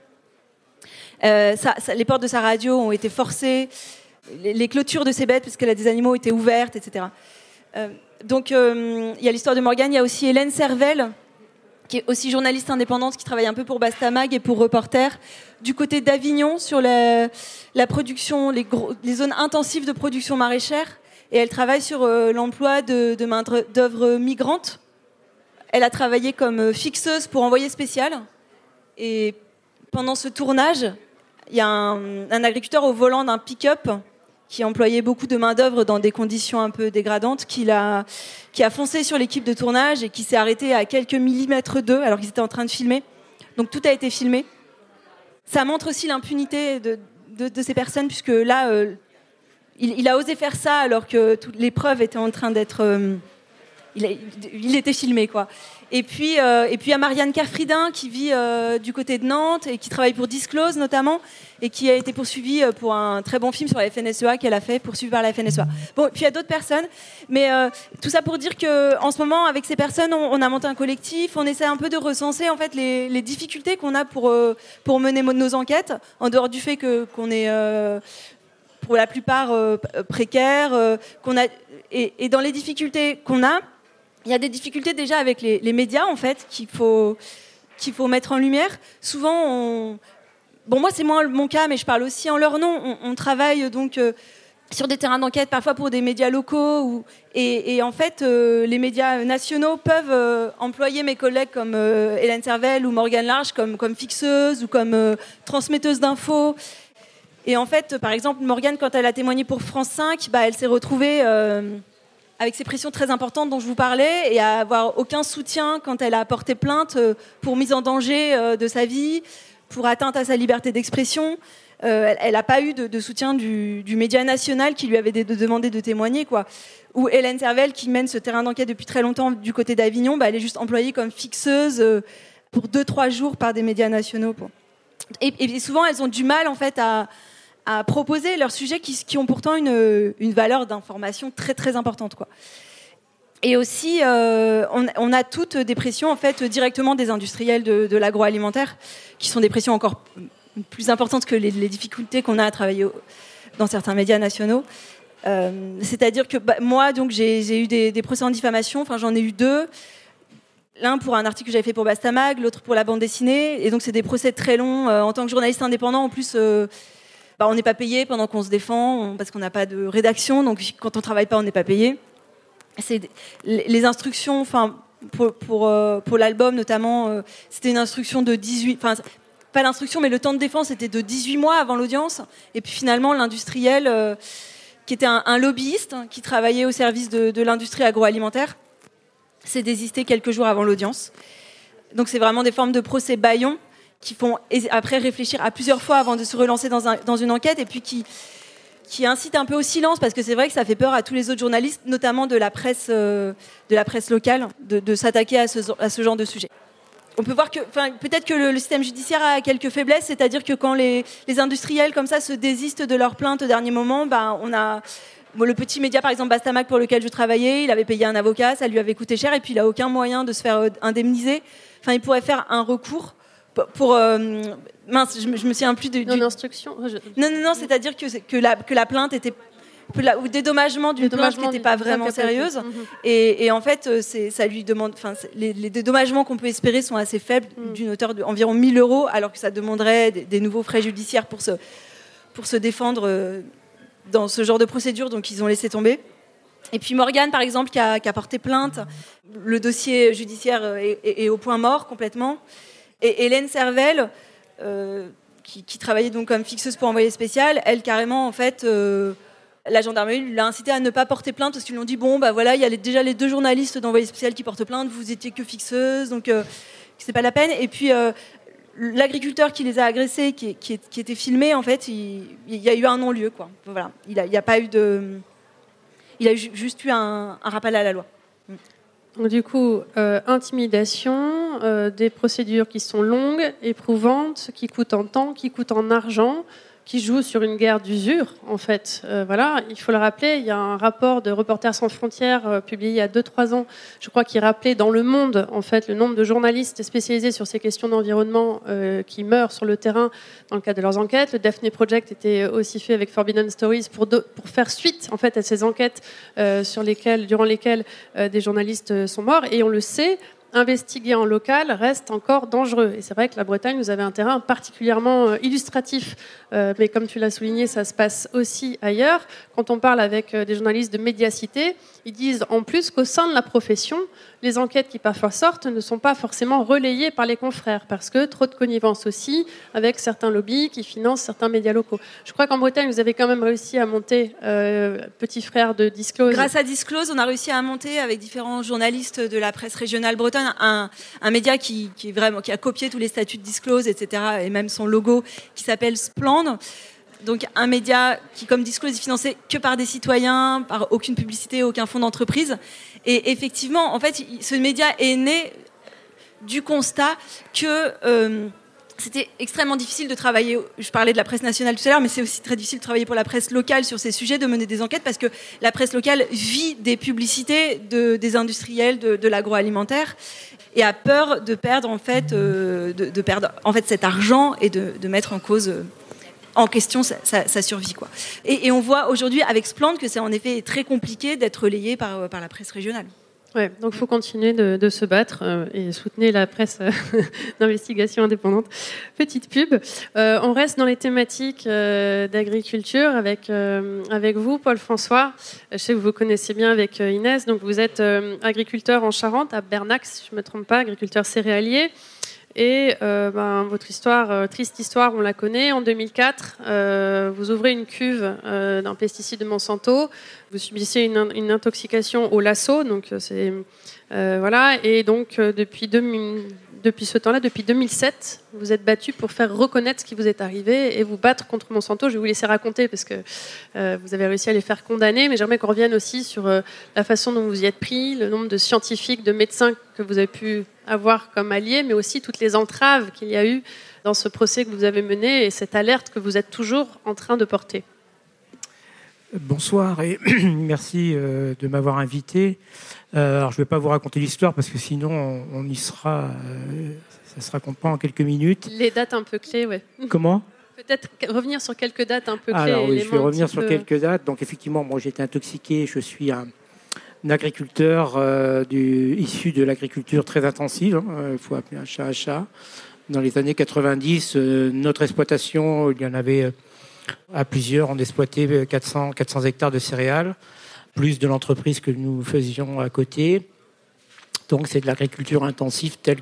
Les portes de sa radio ont été forcées. Les clôtures de ses bêtes, parce qu'elle a des animaux, étaient ouvertes, etc. Donc, il y a l'histoire de Morgane. Il y a aussi Hélène Servel, qui est aussi journaliste indépendante, qui travaille un peu pour Bastamag et pour Reporter, du côté d'Avignon, sur la production, les zones intensives de production maraîchère. Et elle travaille sur l'emploi de main-d'œuvre migrante. Elle a travaillé comme fixeuse pour Envoyé spécial. Et pendant ce tournage, il y a un agriculteur au volant d'un pick-up qui employait beaucoup de main-d'œuvre dans des conditions un peu dégradantes, qui a foncé sur l'équipe de tournage et qui s'est arrêté à quelques millimètres d'eux alors qu'ils étaient en train de filmer. Donc tout a été filmé. Ça montre aussi l'impunité de ces personnes, puisque là, il a osé faire ça alors que toutes les preuves étaient en train d'être... il était filmé, quoi. Et puis il y a Marianne Carfridin qui vit du côté de Nantes et qui travaille pour Disclose notamment, et qui a été poursuivie pour un très bon film sur la FNSEA qu'elle a fait, poursuivie par la FNSEA. Bon, puis il y a d'autres personnes, mais tout ça pour dire qu'en ce moment, avec ces personnes, on a monté un collectif, on essaie un peu de recenser en fait les difficultés qu'on a pour mener nos enquêtes, en dehors du fait qu'on est pour la plupart précaires, et dans les difficultés qu'on a, il y a des difficultés déjà avec les médias, en fait, qu'il faut mettre en lumière. Souvent, moi, c'est moins mon cas, mais je parle aussi en leur nom. On travaille donc sur des terrains d'enquête, parfois pour des médias locaux. Et en fait, les médias nationaux peuvent employer mes collègues comme Hélène Servel ou Morgane Large comme fixeuse ou comme transmetteuse d'infos. Et en fait, par exemple, Morgane, quand elle a témoigné pour France 5, elle s'est retrouvée avec ces pressions très importantes dont je vous parlais et à avoir aucun soutien quand elle a porté plainte pour mise en danger de sa vie, pour atteinte à sa liberté d'expression. Elle n'a pas eu de soutien du média national qui lui avait demandé de témoigner, quoi. Ou Hélène Servel, qui mène ce terrain d'enquête depuis très longtemps du côté d'Avignon, elle est juste employée comme fixeuse pour 2-3 jours par des médias nationaux. Et souvent, elles ont du mal en fait à proposer leurs sujets qui ont pourtant une valeur d'information très très importante, quoi. Et aussi, on a toutes des pressions en fait directement des industriels de l'agroalimentaire, qui sont des pressions encore plus importantes que les difficultés qu'on a à travailler dans certains médias nationaux. C'est-à-dire que moi, donc, j'ai eu des procès en diffamation. Enfin, j'en ai eu 2. L'un pour un article que j'avais fait pour Bastamag, l'autre pour la bande dessinée. Et donc, c'est des procès très longs. En tant que journaliste indépendant, en plus, on n'est pas payé pendant qu'on se défend, parce qu'on n'a pas de rédaction. Donc, quand on ne travaille pas, on n'est pas payé. Les instructions, enfin, pour l'album notamment, c'était une instruction de 18... Enfin, pas l'instruction, mais le temps de défense était de 18 mois avant l'audience. Et puis finalement, l'industriel, qui était un lobbyiste, qui travaillait au service de l'industrie agroalimentaire, s'est désisté quelques jours avant l'audience. Donc c'est vraiment des formes de procès bâillons qui font après réfléchir à plusieurs fois avant de se relancer dans une enquête, et puis qui incite un peu au silence, parce que c'est vrai que ça fait peur à tous les autres journalistes, notamment de la presse locale, de s'attaquer à ce genre de sujet. On peut voir que, peut-être que le système judiciaire a quelques faiblesses, c'est-à-dire que quand les industriels comme ça se désistent de leurs plaintes au dernier moment, on a le petit média, par exemple Bastamag, pour lequel je travaillais, il avait payé un avocat, ça lui avait coûté cher, et puis il n'a aucun moyen de se faire indemniser. Enfin, il pourrait faire un recours pour mince, je me souviens plus de non-instruction. Non, c'est-à-dire que la plainte était ou dédommagement d'une plainte qui n'était pas vraiment sérieuse. Et en fait, ça lui demande, les dédommagements qu'on peut espérer sont assez faibles, d'une hauteur d'environ 1 000 €, alors que ça demanderait des nouveaux frais judiciaires pour se défendre dans ce genre de procédure, donc ils ont laissé tomber. Et puis Morgane, par exemple, qui a porté plainte, le dossier judiciaire est au point mort complètement. Et Hélène Servel, qui travaillait donc comme fixeuse pour envoyé spécial, elle carrément, en fait... la gendarmerie l'a incité à ne pas porter plainte parce qu'ils lui ont dit voilà, il y a déjà les 2 journalistes d'envoyé spécial qui portent plainte, vous étiez que fixeuse, donc c'est pas la peine. Et puis l'agriculteur qui les a agressés, qui était filmé, en fait, il y a eu un non-lieu, quoi. Voilà, il a pas eu il a juste eu un rappel à la loi. Donc, du coup, intimidation, des procédures qui sont longues, éprouvantes, qui coûtent en temps, qui coûtent en argent, qui joue sur une guerre d'usure, en fait. Voilà, il faut le rappeler, il y a un rapport de Reporters sans frontières publié il y a 2-3 ans, je crois, qui rappelait dans le monde, en fait, le nombre de journalistes spécialisés sur ces questions d'environnement qui meurent sur le terrain dans le cadre de leurs enquêtes. Le Daphne Project était aussi fait avec Forbidden Stories pour faire suite, en fait, à ces enquêtes durant lesquelles des journalistes sont morts. Et on le sait, investiguer en local reste encore dangereux. Et c'est vrai que la Bretagne, vous avez un terrain particulièrement illustratif. Mais comme tu l'as souligné, ça se passe aussi ailleurs. Quand on parle avec des journalistes de Médiacité, ils disent en plus qu'au sein de la profession, les enquêtes qui parfois sortent ne sont pas forcément relayées par les confrères, parce que trop de connivence aussi avec certains lobbies qui financent certains médias locaux. Je crois qu'en Bretagne, vous avez quand même réussi à monter petit frère de Disclose. Grâce à Disclose, on a réussi à monter avec différents journalistes de la presse régionale bretonne un média qui a copié tous les statuts de Disclose, etc., et même son logo, qui s'appelle Splend. Donc un média qui, comme Disclose, est financé que par des citoyens, par aucune publicité, aucun fonds d'entreprise. Et effectivement, en fait, ce média est né du constat que c'était extrêmement difficile de travailler. Je parlais de la presse nationale tout à l'heure, mais c'est aussi très difficile de travailler pour la presse locale sur ces sujets, de mener des enquêtes, parce que la presse locale vit des publicités des industriels de l'agroalimentaire et a peur de perdre de perdre cet argent et de mettre en question sa survie, quoi. Et on voit aujourd'hui avec Splend que c'est en effet très compliqué d'être relayé par la presse régionale. Ouais, donc il faut continuer de se battre et soutenez la presse d'investigation indépendante. Petite pub. On reste dans les thématiques d'agriculture avec vous, Paul-François. Je sais que vous connaissez bien avec Inès. Donc vous êtes agriculteur en Charente, à Bernac, si je ne me trompe pas, agriculteur céréalier. Et votre histoire, triste histoire, on la connaît. En 2004, vous ouvrez une cuve d'un pesticide de Monsanto. Vous subissez une intoxication au lasso. Donc voilà. Et donc depuis ce temps-là, depuis 2007, vous êtes battu pour faire reconnaître ce qui vous est arrivé et vous battre contre Monsanto. Je vais vous laisser raconter parce que vous avez réussi à les faire condamner. Mais j'aimerais qu'on revienne aussi sur la façon dont vous y êtes pris, le nombre de scientifiques, de médecins que vous avez pu avoir comme alliés, mais aussi toutes les entraves qu'il y a eu dans ce procès que vous avez mené et cette alerte que vous êtes toujours en train de porter. Bonsoir et merci de m'avoir invité. Alors je ne vais pas vous raconter l'histoire parce que sinon on y sera, ça ne se raconte pas en quelques minutes. Les dates un peu clés, ouais. Comment ? Peut-être revenir sur quelques dates un peu clés. Alors oui, je vais revenir sur quelques dates. Donc effectivement, moi j'ai été intoxiqué, je suis un agriculteur issu de l'agriculture très intensive, il faut appeler un chat un chat. Dans les années 90, notre exploitation, il y en avait à plusieurs, on exploitait 400 hectares de céréales, plus de l'entreprise que nous faisions à côté. Donc c'est de l'agriculture intensive telle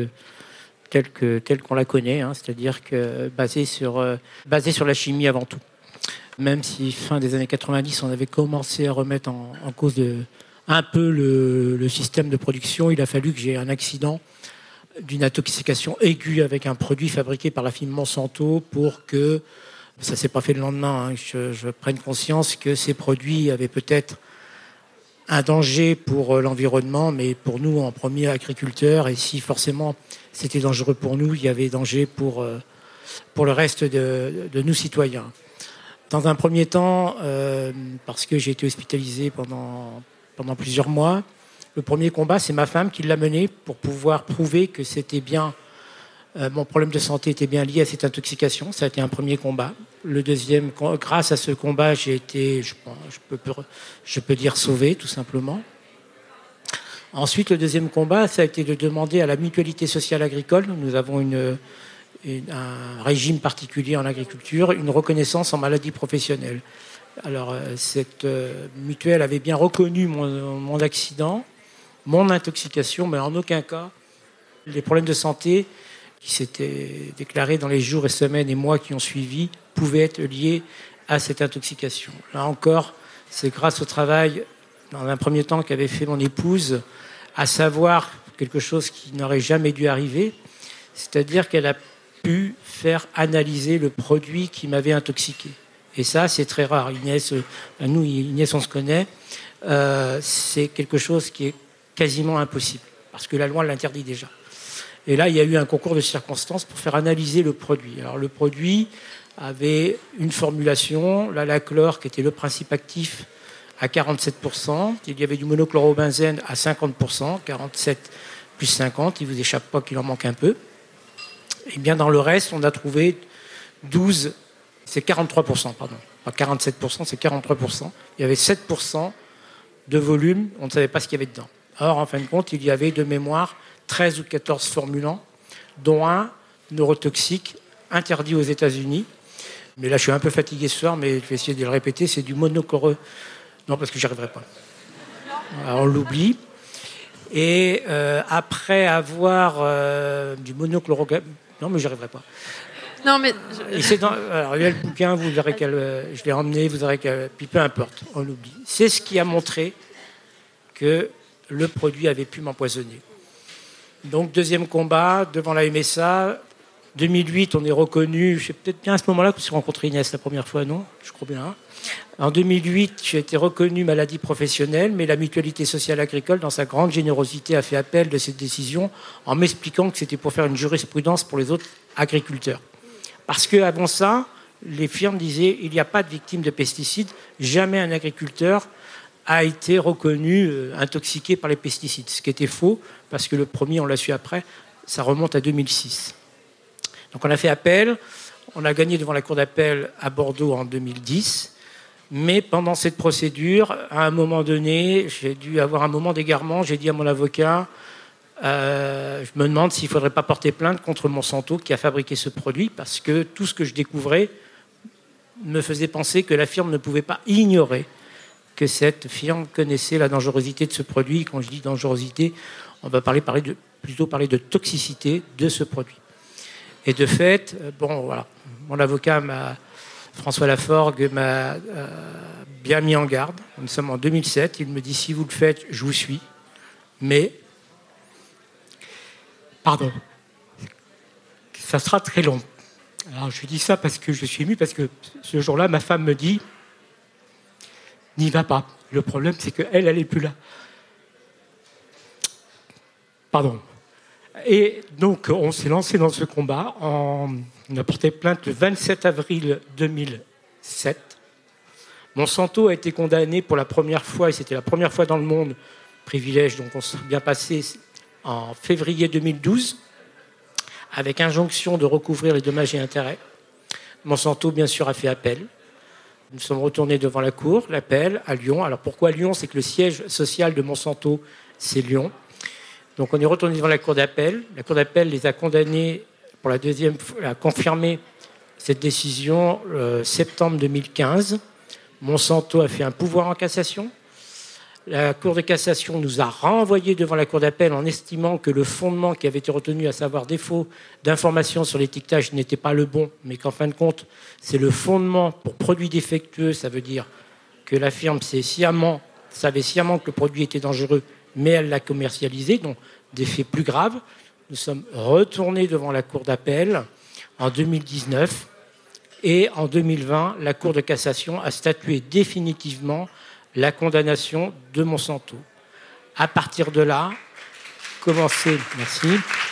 qu'on la connaît, c'est-à-dire que basée sur la chimie avant tout. Même si fin des années 90, on avait commencé à remettre en cause un peu le système de production, il a fallu que j'ai un accident d'une intoxication aiguë avec un produit fabriqué par la firme Monsanto pour que, ça ne s'est pas fait le lendemain, je prenne conscience que ces produits avaient peut-être un danger pour l'environnement, mais pour nous en premier agriculteurs, et si forcément c'était dangereux pour nous, il y avait danger pour le reste de nous citoyens. Dans un premier temps, parce que j'ai été hospitalisé pendant plusieurs mois, le premier combat, c'est ma femme qui l'a mené pour pouvoir prouver que c'était bien, mon problème de santé était bien lié à cette intoxication. Ça a été un premier combat. Le deuxième, grâce à ce combat, j'ai été, je peux dire, sauvé, tout simplement. Ensuite, le deuxième combat, ça a été de demander à la mutualité sociale agricole, nous avons un régime particulier en agriculture, une reconnaissance en maladie professionnelle. Alors, cette mutuelle avait bien reconnu mon accident, mon intoxication, mais en aucun cas les problèmes de santé qui s'étaient déclarés dans les jours et semaines et mois qui ont suivi pouvaient être liés à cette intoxication. Là encore, c'est grâce au travail, dans un premier temps, qu'avait fait mon épouse, à savoir quelque chose qui n'aurait jamais dû arriver, c'est-à-dire qu'elle a pu faire analyser le produit qui m'avait intoxiqué. Et ça, c'est très rare. Inès, on se connaît. C'est quelque chose qui est quasiment impossible, parce que la loi l'interdit déjà. Et là, il y a eu un concours de circonstances pour faire analyser le produit. Alors, le produit avait une formulation, l'alachlore, qui était le principe actif, à 47%. Il y avait du monochlorobenzène à 50%, 47 plus 50. Il ne vous échappe pas qu'il en manque un peu. Et bien, dans le reste, on a trouvé 12... C'est 43%, pardon. Pas 47%, c'est 43%. Il y avait 7% de volume, on ne savait pas ce qu'il y avait dedans. Or, en fin de compte, il y avait de mémoire 13 ou 14 formulants, dont un neurotoxique interdit aux États-Unis. Mais là, je suis un peu fatigué ce soir, mais je vais essayer de le répéter. C'est du monochloro... Non, parce que j'y arriverai pas. Alors, on l'oublie. Et après avoir du monochloro... Non, mais j'y arriverai pas. Non, mais alors, il y a le bouquin, vous verrez je l'ai emmené, vous verrez puis peu importe, on l'oublie. C'est ce qui a montré que le produit avait pu m'empoisonner. Donc, deuxième combat, devant la MSA. 2008, on est reconnu, c'est peut-être bien à ce moment-là que je suis rencontré Inès la première fois, non ? Je crois bien. En 2008, j'ai été reconnu maladie professionnelle, mais la mutualité sociale agricole, dans sa grande générosité, a fait appel de cette décision en m'expliquant que c'était pour faire une jurisprudence pour les autres agriculteurs. Parce qu'avant ça, les firmes disaient il n'y a pas de victimes de pesticides, jamais un agriculteur a été reconnu intoxiqué par les pesticides. Ce qui était faux, parce que le premier, on l'a su après, ça remonte à 2006. Donc on a fait appel, on a gagné devant la cour d'appel à Bordeaux en 2010. Mais pendant cette procédure, à un moment donné, j'ai dû avoir un moment d'égarement. J'ai dit à mon avocat, je me demande s'il ne faudrait pas porter plainte contre Monsanto qui a fabriqué ce produit, parce que tout ce que je découvrais me faisait penser que la firme ne pouvait pas ignorer que cette firme connaissait la dangerosité de ce produit. Quand je dis dangerosité, on va plutôt parler de toxicité de ce produit. Et de fait, voilà, mon avocat, François Laforgue, m'a bien mis en garde. Nous sommes en 2007. Il me dit, si vous le faites, je vous suis. Mais, pardon, ça sera très long. Alors, je dis ça parce que je suis ému, parce que ce jour-là, ma femme me dit, n'y va pas. Le problème, c'est qu'elle n'est plus là. Pardon. Et donc, on s'est lancé dans ce combat. On a porté plainte le 27 avril 2007. Monsanto a été condamné pour la première fois, et c'était la première fois dans le monde, privilège, donc on s'est bien passé, en février 2012, avec injonction de recouvrir les dommages et intérêts. Monsanto, bien sûr, a fait appel. Nous sommes retournés devant la cour, l'appel à Lyon. Alors pourquoi Lyon? C'est que le siège social de Monsanto, c'est Lyon. Donc on est retourné devant la cour d'appel. La cour d'appel les a condamnés pour la deuxième fois, a confirmé cette décision septembre 2015. Monsanto a fait un pouvoir en cassation. La Cour de cassation nous a renvoyés devant la Cour d'appel en estimant que le fondement qui avait été retenu, à savoir défaut d'information sur l'étiquetage, n'était pas le bon, mais qu'en fin de compte, c'est le fondement pour produit défectueux. Ça veut dire que la firme savait sciemment que le produit était dangereux, mais elle l'a commercialisé, donc des faits plus graves. Nous sommes retournés devant la Cour d'appel en 2019 et en 2020, la Cour de cassation a statué définitivement la condamnation de Monsanto. À partir de là, commencer. Merci.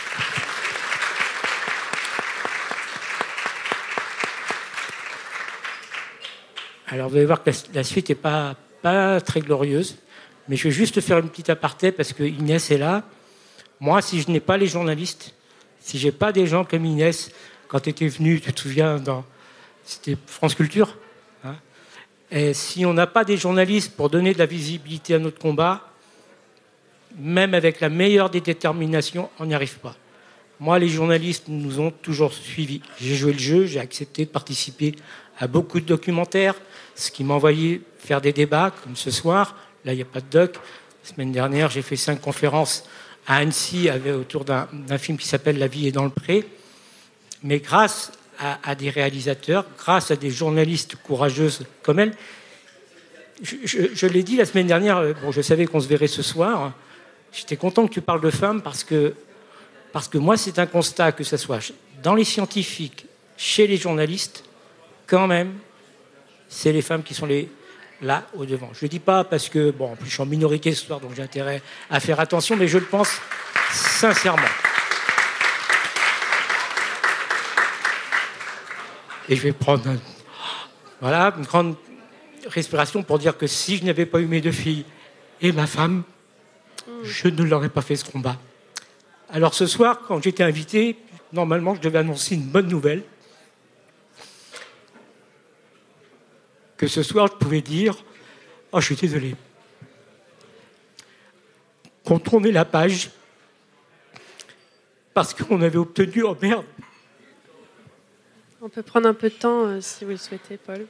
Alors vous allez voir que la suite n'est pas très glorieuse, mais je vais juste faire une petite aparté parce que Inès est là. Moi, si je n'ai pas les journalistes, si je n'ai pas des gens comme Inès, quand tu étais venue, tu te souviens, c'était France Culture, hein, et si on n'a pas des journalistes pour donner de la visibilité à notre combat, même avec la meilleure des déterminations, on n'y arrive pas. Moi, les journalistes nous ont toujours suivis. J'ai joué le jeu, j'ai accepté de participer à beaucoup de documentaires, ce qui m'a envoyé faire des débats, comme ce soir. Là, il n'y a pas de doc. La semaine dernière, j'ai fait 5 conférences à Annecy autour d'un film qui s'appelle « La vie est dans le pré ». Mais grâce à des réalisateurs, grâce à des journalistes courageuses comme elle, je l'ai dit la semaine dernière, je savais qu'on se verrait ce soir, j'étais content que tu parles de femmes parce que moi, c'est un constat, que ce soit dans les scientifiques, chez les journalistes, quand même, c'est les femmes qui sont là au devant. Je ne le dis pas parce que, en plus je suis en minorité ce soir, donc j'ai intérêt à faire attention, mais je le pense sincèrement. Et je vais prendre une grande respiration pour dire que si je n'avais pas eu mes 2 filles et ma femme, je ne leur aurais pas fait ce combat. Alors ce soir, quand j'étais invité, normalement je devais annoncer une bonne nouvelle. Que ce soir, je pouvais dire « Oh, je suis désolé. » Qu'on tournait la page parce qu'on avait obtenu... Oh merde. On peut prendre un peu de temps si vous le souhaitez, Paul.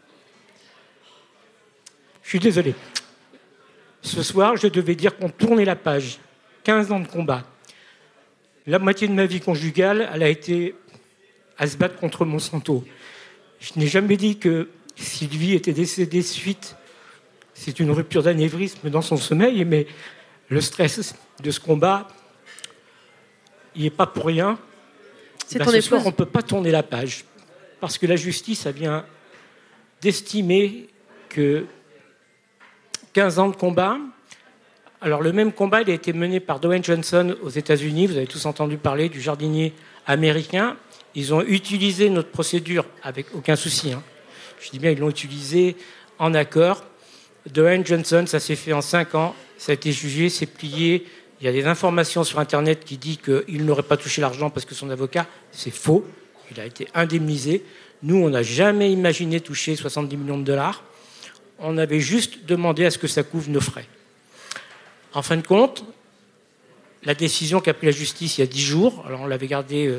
Je suis désolé. Ce soir, je devais dire qu'on tournait la page. 15 ans de combat. La moitié de ma vie conjugale, elle a été à se battre contre Monsanto. Je n'ai jamais dit que Sylvie était décédée suite, c'est une rupture d'anévrisme dans son sommeil, mais le stress de ce combat, il n'est pas pour rien. Ce soir, on ne peut pas tourner la page, parce que la justice vient d'estimer que 15 ans de combat. Alors le même combat, il a été mené par Dwayne Johnson aux États-Unis. Vous avez tous entendu parler du jardinier américain. Ils ont utilisé notre procédure avec aucun souci. Je dis bien, ils l'ont utilisé en accord. Dwayne Johnson, ça s'est fait en 5 ans. Ça a été jugé, c'est plié. Il y a des informations sur Internet qui disent qu'il n'aurait pas touché l'argent parce que son avocat, c'est faux. Il a été indemnisé. Nous, on n'a jamais imaginé toucher 70 millions de dollars. on avait juste demandé à ce que ça couvre nos frais. En fin de compte, la décision qu'a prise la justice il y a 10 jours, alors on l'avait gardée,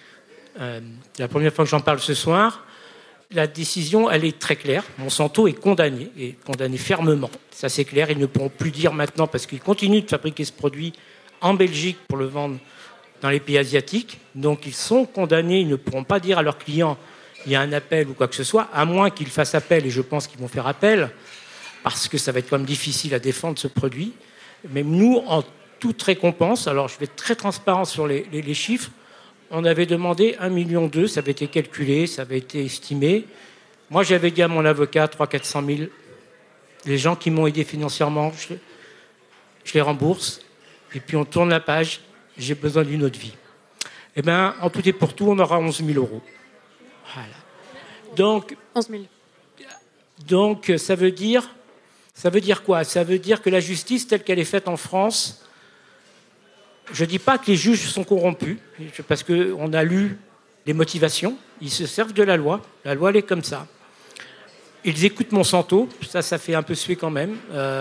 la première fois que j'en parle ce soir, la décision, elle est très claire. Monsanto est condamné fermement. Ça, c'est clair. Ils ne pourront plus dire maintenant, parce qu'ils continuent de fabriquer ce produit en Belgique pour le vendre dans les pays asiatiques. Donc, ils sont condamnés. Ils ne pourront pas dire à leurs clients il y a un appel ou quoi que ce soit, à moins qu'ils fassent appel, et je pense qu'ils vont faire appel, parce que ça va être quand même difficile à défendre ce produit. Mais nous, en toute récompense, alors je vais être très transparent sur les chiffres, on avait demandé 1,2 million, ça avait été calculé, ça avait été estimé. Moi, j'avais dit à mon avocat 300 000, 400 000. Les gens qui m'ont aidé financièrement, je les rembourse. Et puis on tourne la page, j'ai besoin d'une autre vie. Eh bien, en tout et pour tout, on aura 11 000 euros. Voilà. Donc, 11 000. Donc, ça veut dire quoi? Ça veut dire que la justice, telle qu'elle est faite en France, je ne dis pas que les juges sont corrompus, parce qu'on a lu les motivations, ils se servent de la loi elle est comme ça. Ils écoutent Monsanto, ça fait un peu suer quand même.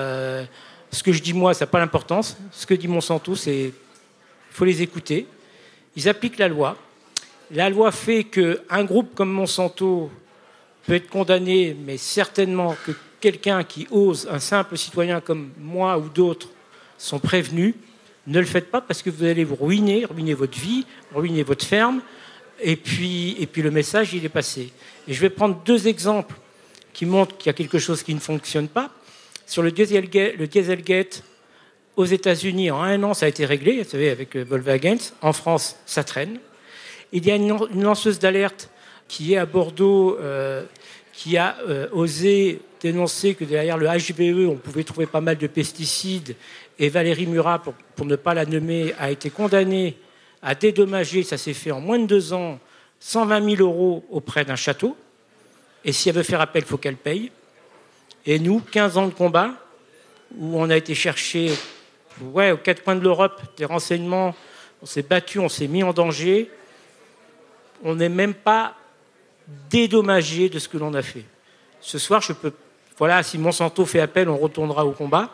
Ce que je dis moi, ça n'a pas l'importance. Ce que dit Monsanto, il faut les écouter. Ils appliquent la loi. La loi fait qu'un groupe comme Monsanto peut être condamné, mais certainement que quelqu'un qui ose, un simple citoyen comme moi ou d'autres, sont prévenus. Ne le faites pas parce que vous allez vous ruiner votre vie, ruiner votre ferme, et puis le message, il est passé. Et je vais prendre 2 exemples qui montrent qu'il y a quelque chose qui ne fonctionne pas. Sur le Dieselgate, aux États-Unis, en 1 an, ça a été réglé, vous savez, avec Volkswagen. En France, ça traîne. Il y a une lanceuse d'alerte qui est à Bordeaux, qui a osé dénoncer que derrière le HVE, on pouvait trouver pas mal de pesticides. Et Valérie Murat, pour ne pas la nommer, a été condamnée à dédommager, ça s'est fait en moins de 2 ans, 120 000 euros auprès d'un château. Et si elle veut faire appel, il faut qu'elle paye. Et nous, 15 ans de combat, où on a été chercher aux 4 coins de l'Europe des renseignements, on s'est battu, on s'est mis en danger. On n'est même pas dédommagé de ce que l'on a fait. Ce soir, si Monsanto fait appel, on retournera au combat.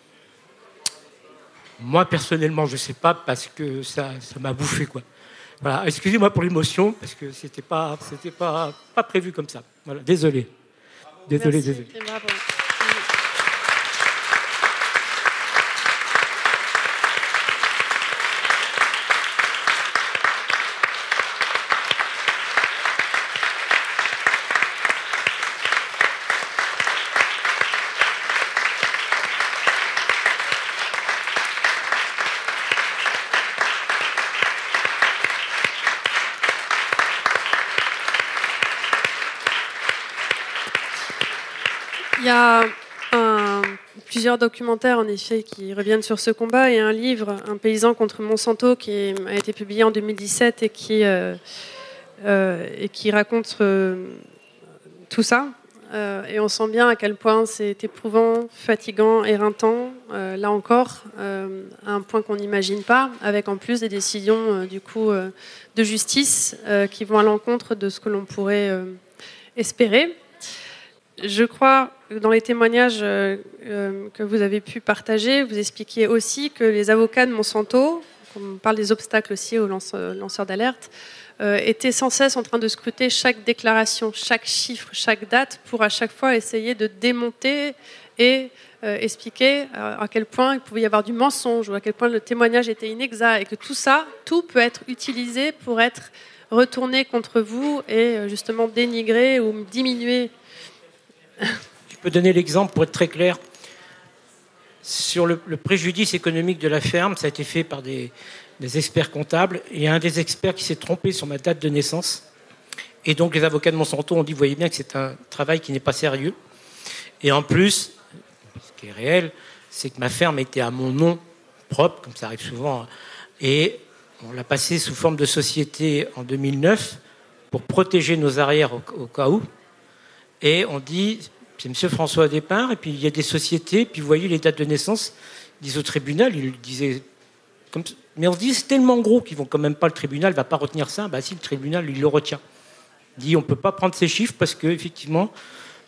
Moi, personnellement, je ne sais pas, parce que ça m'a bouffé, quoi. Voilà, excusez-moi pour l'émotion, parce que c'était pas prévu comme ça. Voilà, désolé. Désolé. Bravo. Il y a plusieurs documentaires en effet qui reviennent sur ce combat et un livre, Un paysan contre Monsanto, qui a été publié en 2017 et qui raconte tout ça. Et on sent bien à quel point c'est éprouvant, fatigant, éreintant, là encore, à un point qu'on n'imagine pas, avec en plus des décisions de justice qui vont à l'encontre de ce que l'on pourrait espérer. Je crois que dans les témoignages que vous avez pu partager, vous expliquiez aussi que les avocats de Monsanto, on parle des obstacles aussi aux lanceurs d'alerte, étaient sans cesse en train de scruter chaque déclaration, chaque chiffre, chaque date, pour à chaque fois essayer de démonter et expliquer à quel point il pouvait y avoir du mensonge ou à quel point le témoignage était inexact et que tout peut être utilisé pour être retourné contre vous et justement dénigrer ou diminuer. Je peux donner l'exemple pour être très clair. Sur le préjudice économique de la ferme, ça a été fait par des experts comptables. Et un des experts qui s'est trompé sur ma date de naissance. Et donc les avocats de Monsanto ont dit, vous voyez bien que c'est un travail qui n'est pas sérieux. Et en plus, ce qui est réel, c'est que ma ferme était à mon nom propre, comme ça arrive souvent. Et on l'a passé sous forme de société en 2009 pour protéger nos arrières au cas où. Et on dit, c'est M. François au départ, et puis il y a des sociétés, puis vous voyez les dates de naissance, ils disent au tribunal, ils disaient, mais on se dit, c'est tellement gros qu'ils vont quand même pas, le tribunal ne va pas retenir ça. Bah si, le tribunal, il le retient. Il dit, on ne peut pas prendre ces chiffres parce qu'effectivement,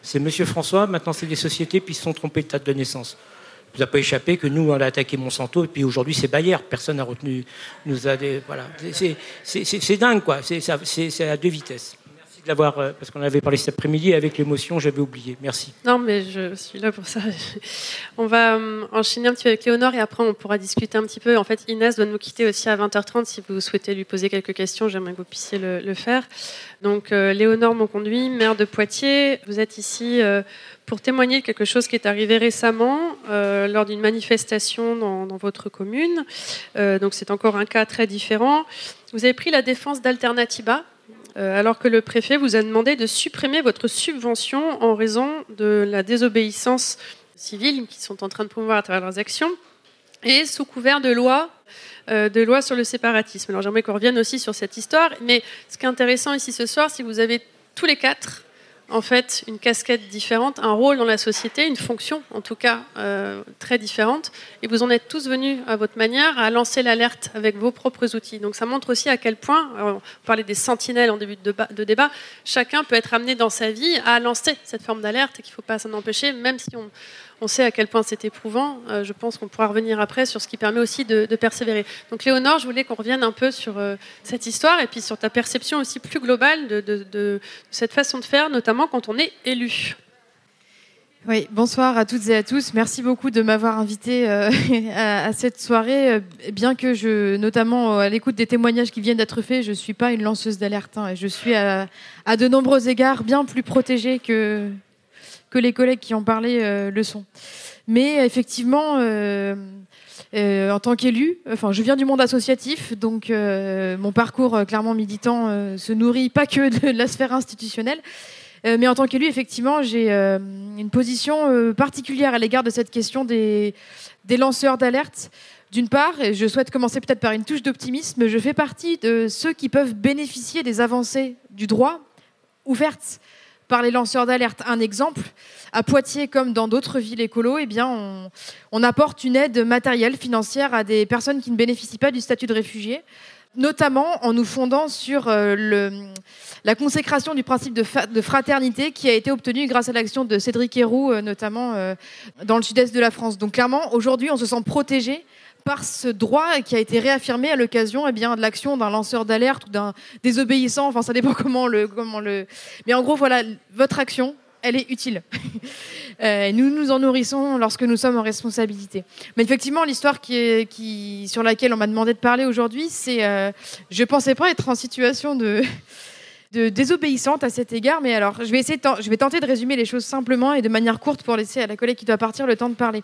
C'est Monsieur François, maintenant c'est des sociétés, puis ils se sont trompés de date de naissance. Il ne vous a pas échappé que nous, on a attaqué Monsanto, et puis aujourd'hui, c'est Bayer. Personne n'a retenu. Voilà. C'est dingue, quoi. C'est à deux vitesses. Merci de l'avoir, parce qu'on avait parlé cet après-midi, et avec l'émotion, j'avais oublié. Merci. Non, mais je suis là pour ça. On va enchaîner un petit peu avec Léonore, et après, on pourra discuter un petit peu. En fait, Inès doit nous quitter aussi à 20h30. Si vous souhaitez lui poser quelques questions, j'aimerais que vous puissiez le faire. Donc, Léonore Monconduit, maire de Poitiers. Vous êtes ici pour témoigner de quelque chose qui est arrivé récemment lors d'une manifestation dans votre commune. Donc c'est encore un cas très différent. Vous avez pris la défense d'Alternativa alors que le préfet vous a demandé de supprimer votre subvention en raison de la désobéissance civile qu'ils sont en train de promouvoir à travers leurs actions et sous couvert de loi sur le séparatisme. Alors j'aimerais qu'on revienne aussi sur cette histoire, mais ce qui est intéressant ici ce soir, c'est que vous avez tous les quatre en fait une casquette différente, un rôle dans la société, une fonction en tout cas très différente, et vous en êtes tous venus à votre manière à lancer l'alerte avec vos propres outils. Donc ça montre aussi à quel point, on parlait des sentinelles en début de débat, chacun peut être amené dans sa vie à lancer cette forme d'alerte et qu'il ne faut pas s'en empêcher, même si on sait à quel point c'est éprouvant. Je pense qu'on pourra revenir après sur ce qui permet aussi de persévérer. Donc Léonore, je voulais qu'on revienne un peu sur cette histoire et puis sur ta perception aussi plus globale de cette façon de faire, notamment quand on est élu. Oui, bonsoir à toutes et à tous. Merci beaucoup de m'avoir invité à cette soirée. Bien que notamment à l'écoute des témoignages qui viennent d'être faits, je ne suis pas une lanceuse d'alerte. Et je suis à de nombreux égards bien plus protégée que les collègues qui ont parlé le sont. Mais effectivement, en tant qu'élu, je viens du monde associatif, donc mon parcours clairement militant se nourrit pas que de la sphère institutionnelle. Mais en tant qu'élu, effectivement, j'ai une position particulière à l'égard de cette question des lanceurs d'alerte. D'une part, et je souhaite commencer peut-être par une touche d'optimisme, je fais partie de ceux qui peuvent bénéficier des avancées du droit ouvertes par les lanceurs d'alerte. Un exemple, à Poitiers comme dans d'autres villes écolo, on apporte une aide matérielle, financière à des personnes qui ne bénéficient pas du statut de réfugié, notamment en nous fondant sur la consécration du principe de fraternité qui a été obtenu grâce à l'action de Cédric Héroux, notamment dans le sud-est de la France. Donc clairement, aujourd'hui, on se sent protégé par ce droit qui a été réaffirmé à l'occasion de l'action d'un lanceur d'alerte ou d'un désobéissant, enfin ça dépend comment le... Mais en gros, voilà, votre action, elle est utile. Nous nous en nourrissons lorsque nous sommes en responsabilité. Mais effectivement, l'histoire sur laquelle on m'a demandé de parler aujourd'hui, c'est... je ne pensais pas être en situation de désobéissante à cet égard, mais alors je vais tenter de résumer les choses simplement et de manière courte pour laisser à la collègue qui doit partir le temps de parler.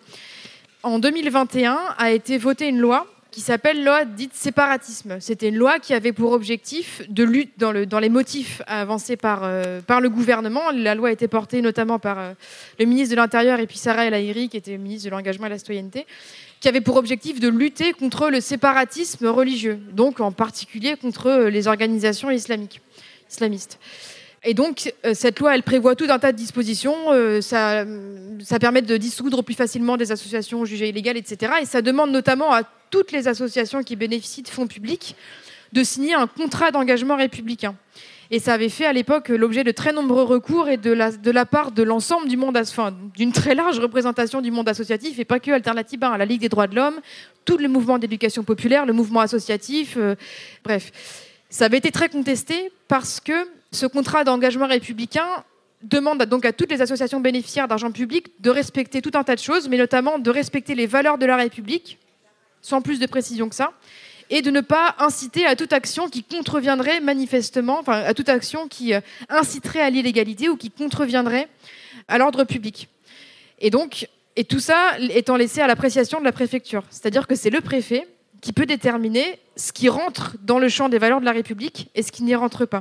En 2021 a été votée une loi qui s'appelle loi dite séparatisme. C'était une loi qui avait pour objectif de lutte dans les motifs avancés par le gouvernement. La loi a été portée notamment par le ministre de l'Intérieur et puis Sarah El Haïry, qui était ministre de l'Engagement et de la Citoyenneté, qui avait pour objectif de lutter contre le séparatisme religieux, donc en particulier contre les organisations islamistes. Et donc, cette loi, elle prévoit tout un tas de dispositions. Ça permet de dissoudre plus facilement des associations jugées illégales, etc. Et ça demande notamment à toutes les associations qui bénéficient de fonds publics de signer un contrat d'engagement républicain. Et ça avait fait à l'époque l'objet de très nombreux recours et de la part de l'ensemble du monde, d'une très large représentation du monde associatif, et pas que Alternativa, la Ligue des droits de l'homme, tous les mouvements d'éducation populaire, le mouvement associatif, bref. Ça avait été très contesté parce que ce contrat d'engagement républicain demande donc à toutes les associations bénéficiaires d'argent public de respecter tout un tas de choses, mais notamment de respecter les valeurs de la République, sans plus de précision que ça, et de ne pas inciter à toute action qui contreviendrait manifestement, à toute action qui inciterait à l'illégalité ou qui contreviendrait à l'ordre public. Et tout ça étant laissé à l'appréciation de la préfecture. C'est-à-dire que c'est le préfet qui peut déterminer ce qui rentre dans le champ des valeurs de la République et ce qui n'y rentre pas.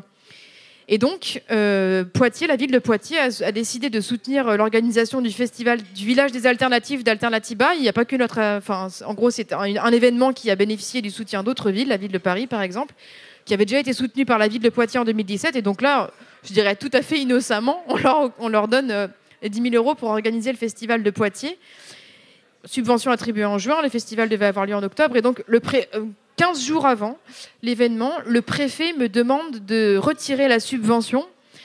Et donc, Poitiers, la ville de Poitiers a décidé de soutenir l'organisation du festival du village des alternatives d'Alternativa. Il n'y a pas que notre... en gros, c'est un événement qui a bénéficié du soutien d'autres villes, la ville de Paris, par exemple, qui avait déjà été soutenu par la ville de Poitiers en 2017. Et donc là, je dirais tout à fait innocemment, on leur donne 10 000 € pour organiser le festival de Poitiers. Subvention attribuée en juin, le festival devait avoir lieu en octobre. Et donc, 15 jours avant l'événement, le préfet me demande de retirer la subvention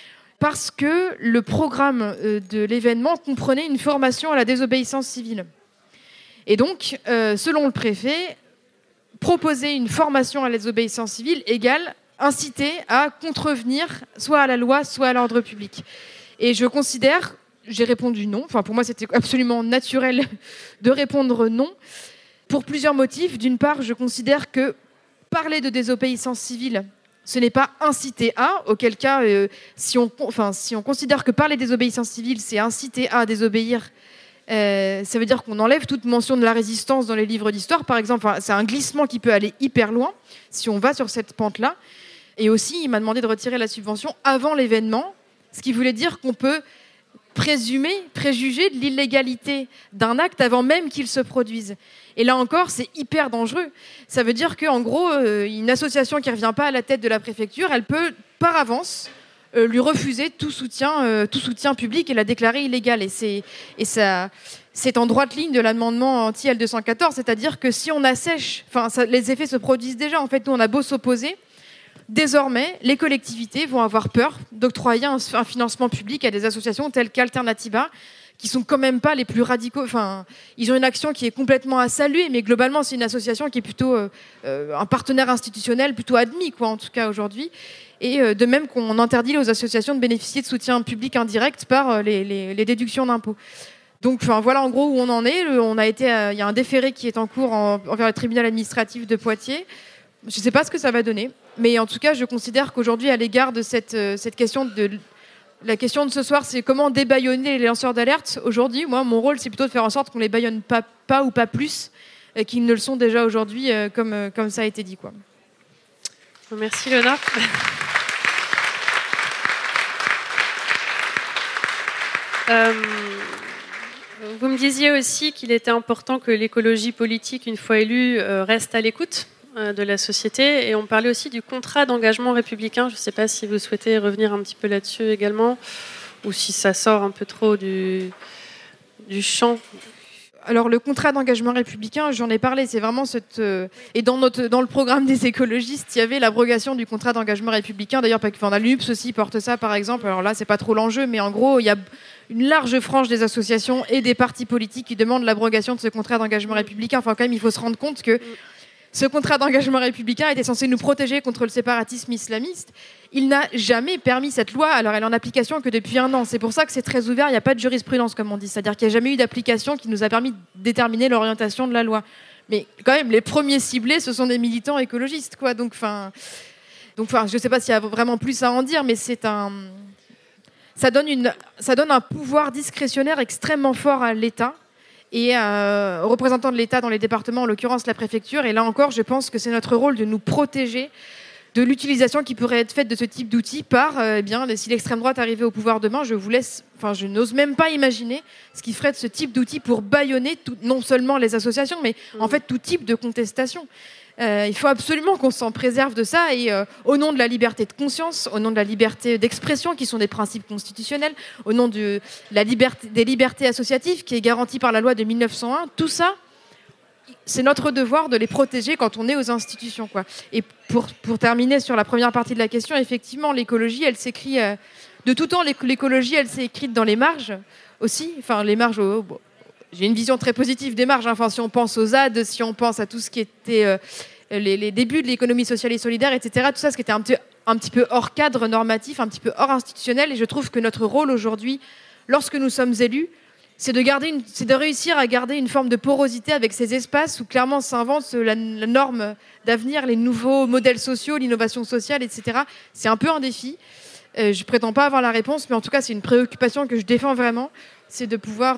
parce que le programme de l'événement comprenait une formation à la désobéissance civile. Et donc, selon le préfet, proposer une formation à la désobéissance civile égale inciter à contrevenir soit à la loi, soit à l'ordre public. Et je considère, j'ai répondu non, enfin pour moi c'était absolument naturel de répondre non, pour plusieurs motifs. D'une part, je considère que parler de désobéissance civile, ce n'est pas inciter à, auquel cas, si on considère que parler de désobéissance civile, c'est inciter à désobéir, ça veut dire qu'on enlève toute mention de la résistance dans les livres d'histoire, par exemple. Enfin, c'est un glissement qui peut aller hyper loin si on va sur cette pente-là. Et aussi, il m'a demandé de retirer la subvention avant l'événement, ce qui voulait dire qu'on peut préjuger de l'illégalité d'un acte avant même qu'il se produise. Et là encore, c'est hyper dangereux. Ça veut dire qu'en gros, une association qui ne revient pas à la tête de la préfecture, elle peut, par avance, lui refuser tout soutien public et la déclarer illégale. Et ça, c'est en droite ligne de l'amendement anti-L214, c'est-à-dire que si on assèche, les effets se produisent déjà. En fait, nous, on a beau s'opposer, désormais, les collectivités vont avoir peur d'octroyer un financement public à des associations telles qu'Alternativa, qui sont quand même pas les plus radicaux. Enfin, ils ont une action qui est complètement à saluer, mais globalement, c'est une association qui est plutôt un partenaire institutionnel, plutôt admis, quoi, en tout cas aujourd'hui. Et de même qu'on interdit aux associations de bénéficier de soutien public indirect par les déductions d'impôts. Donc, voilà en gros où on en est. Il y a un déféré qui est en cours envers le tribunal administratif de Poitiers. Je ne sais pas ce que ça va donner, mais en tout cas, je considère qu'aujourd'hui, à l'égard de cette question la question de ce soir, c'est comment débâillonner les lanceurs d'alerte. Aujourd'hui, moi, mon rôle, c'est plutôt de faire en sorte qu'on les bâillonne pas ou pas plus qu'ils ne le sont déjà aujourd'hui, comme ça a été dit, quoi. Merci, Léonore. Vous me disiez aussi qu'il était important que l'écologie politique, une fois élue, reste à l'écoute de la société. Et on parlait aussi du contrat d'engagement républicain. Je ne sais pas si vous souhaitez revenir un petit peu là-dessus également, ou si ça sort un peu trop du champ. Alors le contrat d'engagement républicain, j'en ai parlé, c'est vraiment et dans le programme des écologistes, il y avait l'abrogation du contrat d'engagement républicain. D'ailleurs, l'UPS aussi porte ça, par exemple. Alors là, c'est pas trop l'enjeu, mais en gros, il y a une large frange des associations et des partis politiques qui demandent l'abrogation de ce contrat d'engagement républicain. Enfin, quand même, il faut se rendre compte que ce contrat d'engagement républicain était censé nous protéger contre le séparatisme islamiste. Il n'a jamais permis cette loi, alors elle est en application que depuis 1 an. C'est pour ça que c'est très ouvert, il n'y a pas de jurisprudence, comme on dit. C'est-à-dire qu'il n'y a jamais eu d'application qui nous a permis de déterminer l'orientation de la loi. Mais quand même, les premiers ciblés, ce sont des militants écologistes, quoi. Donc, je ne sais pas s'il y a vraiment plus à en dire, mais ça donne un pouvoir discrétionnaire extrêmement fort à l'État et aux représentants de l'État dans les départements, en l'occurrence la préfecture. Et là encore, je pense que c'est notre rôle de nous protéger de l'utilisation qui pourrait être faite de ce type d'outils par, si l'extrême droite arrivait au pouvoir demain, je n'ose même pas imaginer ce qui ferait de ce type d'outils pour bâillonner non seulement les associations, mais en fait tout type de contestation. Il faut absolument qu'on s'en préserve de ça et au nom de la liberté de conscience, au nom de la liberté d'expression qui sont des principes constitutionnels, au nom des libertés associatives qui est garantie par la loi de 1901, tout ça, c'est notre devoir de les protéger quand on est aux institutions, quoi. Et pour terminer sur la première partie de la question, effectivement, l'écologie, elle s'écrit de tout temps. L'écologie, elle s'est écrite dans les marges aussi. Enfin, les marges. J'ai une vision très positive des marges. Enfin, si on pense aux ZAD, si on pense à tout ce qui était les débuts de l'économie sociale et solidaire, etc. Tout ça, ce qui était un petit peu hors cadre normatif, un petit peu hors institutionnel. Et je trouve que notre rôle aujourd'hui, lorsque nous sommes élus, c'est de réussir à garder une forme de porosité avec ces espaces où clairement s'invente la norme d'avenir, les nouveaux modèles sociaux, l'innovation sociale, etc. C'est un peu un défi. Je ne prétends pas avoir la réponse, mais en tout cas, c'est une préoccupation que je défends vraiment. C'est de pouvoir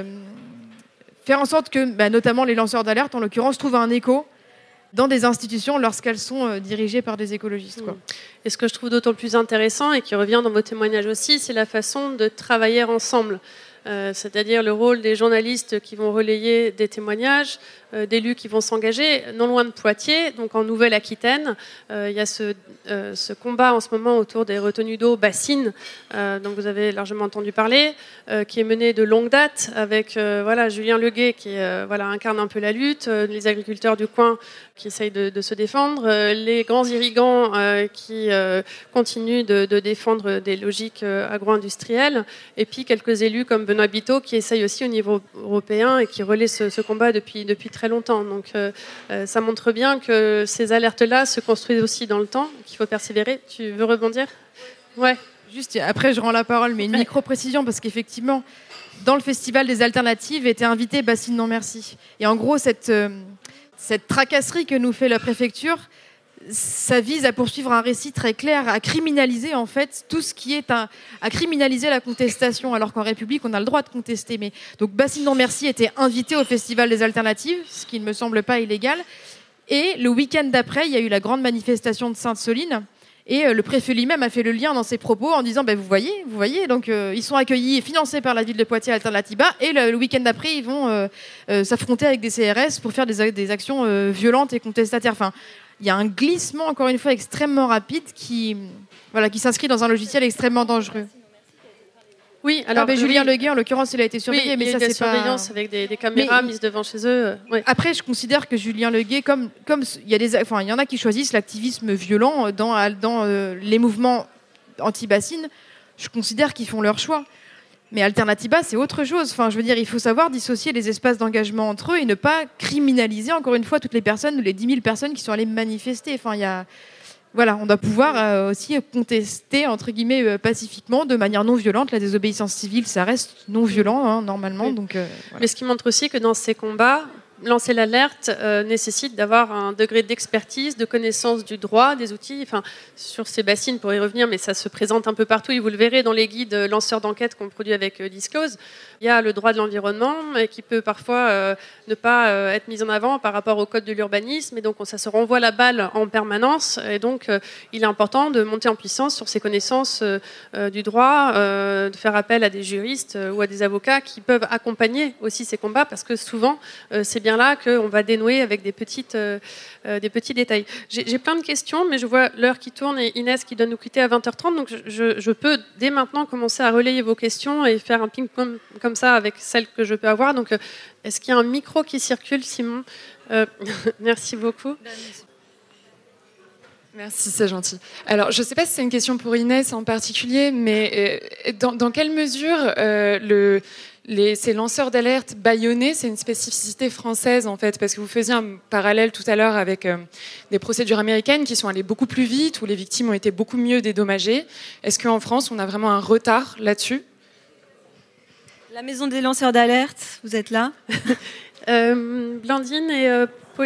faire en sorte que, notamment les lanceurs d'alerte, en l'occurrence, trouvent un écho dans des institutions lorsqu'elles sont dirigées par des écologistes, quoi. Et ce que je trouve d'autant plus intéressant et qui revient dans vos témoignages aussi, c'est la façon de travailler ensemble. C'est-à-dire le rôle des journalistes qui vont relayer des témoignages, d'élus qui vont s'engager. Non loin de Poitiers, donc en Nouvelle-Aquitaine, il y a ce combat en ce moment autour des retenues d'eau bassines, dont vous avez largement entendu parler, qui est mené de longue date avec Julien Leguet qui incarne un peu la lutte, les agriculteurs du coin qui essayent de se défendre, les grands irrigants qui continuent de défendre des logiques agro-industrielles, et puis quelques élus comme Benoît Biteau qui essayent aussi au niveau européen et qui relaient ce combat depuis très longtemps. Donc ça montre bien que ces alertes-là se construisent aussi dans le temps, qu'il faut persévérer. Tu veux rebondir ? Ouais. Juste, après je rends la parole, mais une micro-précision, parce qu'effectivement, dans le Festival des Alternatives était invité Bassine Non Merci. Et en gros, cette tracasserie que nous fait la préfecture, ça vise à poursuivre un récit très clair, à criminaliser en fait tout ce qui est à criminaliser la contestation, alors qu'en République on a le droit de contester. Mais donc Bassine Non Merci était invité au Festival des Alternatives, ce qui ne me semble pas illégal. Et le week-end d'après, il y a eu la grande manifestation de Sainte-Soline. Et le préfet lui-même a fait le lien dans ses propos en disant vous voyez, donc ils sont accueillis et financés par la ville de Poitiers Alternatiba, et le week-end d'après ils vont s'affronter avec des CRS pour faire des actions violentes et contestataires. Enfin, il y a un glissement encore une fois extrêmement rapide qui s'inscrit dans un logiciel extrêmement dangereux. Oui, alors Julien Leguet, en l'occurrence, il a été surveillé, mais ça c'est pas. Surveillance avec des caméras mises devant chez eux. Ouais. Après, je considère que Julien Leguet, comme il y en a qui choisissent l'activisme violent dans les mouvements anti-bassines, je considère qu'ils font leur choix. Mais Alternatiba, c'est autre chose. Enfin, je veux dire, il faut savoir dissocier les espaces d'engagement entre eux et ne pas criminaliser encore une fois toutes les personnes, les 10 000 personnes qui sont allées manifester. Enfin, on doit pouvoir aussi contester, entre guillemets, pacifiquement, de manière non violente. La désobéissance civile, ça reste non violent, normalement. Oui. Donc, Mais ce qui montre aussi que dans ces combats, lancer l'alerte nécessite d'avoir un degré d'expertise, de connaissance du droit, des outils. Enfin, sur ces bassines, pour y revenir, mais ça se présente un peu partout, et vous le verrez dans les guides lanceurs d'enquête qu'on produit avec Disclose. Il y a le droit de l'environnement qui peut parfois ne pas être mis en avant par rapport au code de l'urbanisme, et donc ça se renvoie la balle en permanence, et donc il est important de monter en puissance sur ces connaissances du droit, de faire appel à des juristes ou à des avocats qui peuvent accompagner aussi ces combats, parce que souvent c'est bien là qu'on va dénouer avec des petits détails. J'ai plein de questions, mais je vois l'heure qui tourne et Inès qui doit nous quitter à 20h30, donc je peux dès maintenant commencer à relayer vos questions et faire un ping-pong comme ça avec celles que je peux avoir. Donc, est-ce qu'il y a un micro qui circule, Simon ? Merci beaucoup. Merci, c'est gentil. Alors, je ne sais pas si c'est une question pour Inès en particulier, mais dans quelle mesure ces lanceurs d'alerte bâillonnés, c'est une spécificité française en fait, parce que vous faisiez un parallèle tout à l'heure avec des procédures américaines qui sont allées beaucoup plus vite, où les victimes ont été beaucoup mieux dédommagées. Est-ce qu'en France, on a vraiment un retard là-dessus ? La maison des lanceurs d'alerte, vous êtes là. Blandine et Pauline ?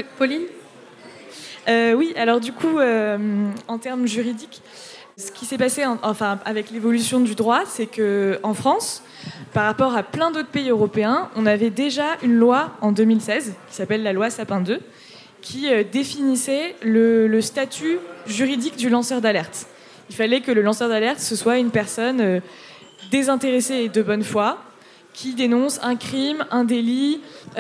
Oui, alors du coup, en termes juridiques, ce qui s'est passé avec l'évolution du droit, c'est qu'en France, par rapport à plein d'autres pays européens, on avait déjà une loi en 2016, qui s'appelle la loi Sapin 2, qui définissait le statut juridique du lanceur d'alerte. Il fallait que le lanceur d'alerte, ce soit une personne désintéressée et de bonne foi, qui dénonce un crime, un délit,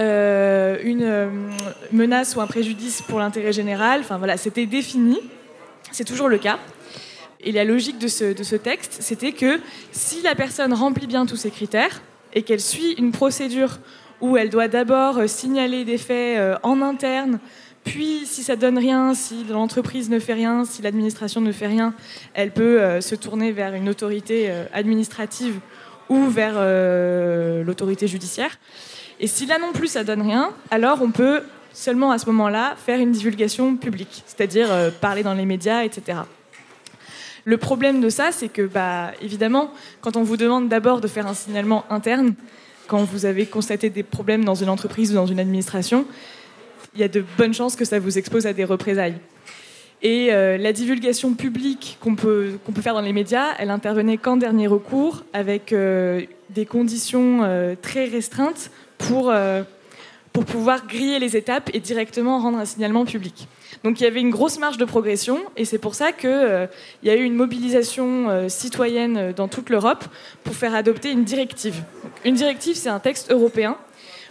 une menace ou un préjudice pour l'intérêt général. Enfin voilà, c'était défini. C'est toujours le cas. Et la logique de ce texte, c'était que si la personne remplit bien tous ces critères et qu'elle suit une procédure où elle doit d'abord signaler des faits en interne, puis si ça donne rien, si l'entreprise ne fait rien, si l'administration ne fait rien, elle peut se tourner vers une autorité administrative ou vers l'autorité judiciaire. Et si là non plus ça donne rien, alors on peut seulement à ce moment-là faire une divulgation publique, c'est-à-dire parler dans les médias, etc. Le problème de ça, c'est que, évidemment, quand on vous demande d'abord de faire un signalement interne, quand vous avez constaté des problèmes dans une entreprise ou dans une administration, il y a de bonnes chances que ça vous expose à des représailles. Et la divulgation publique qu'on peut faire dans les médias, elle intervenait qu'en dernier recours, avec des conditions très restreintes pour pouvoir griller les étapes et directement rendre un signalement public. Donc il y avait une grosse marge de progression, et c'est pour ça qu'il y a eu une mobilisation citoyenne dans toute l'Europe pour faire adopter une directive. Donc, une directive, c'est un texte européen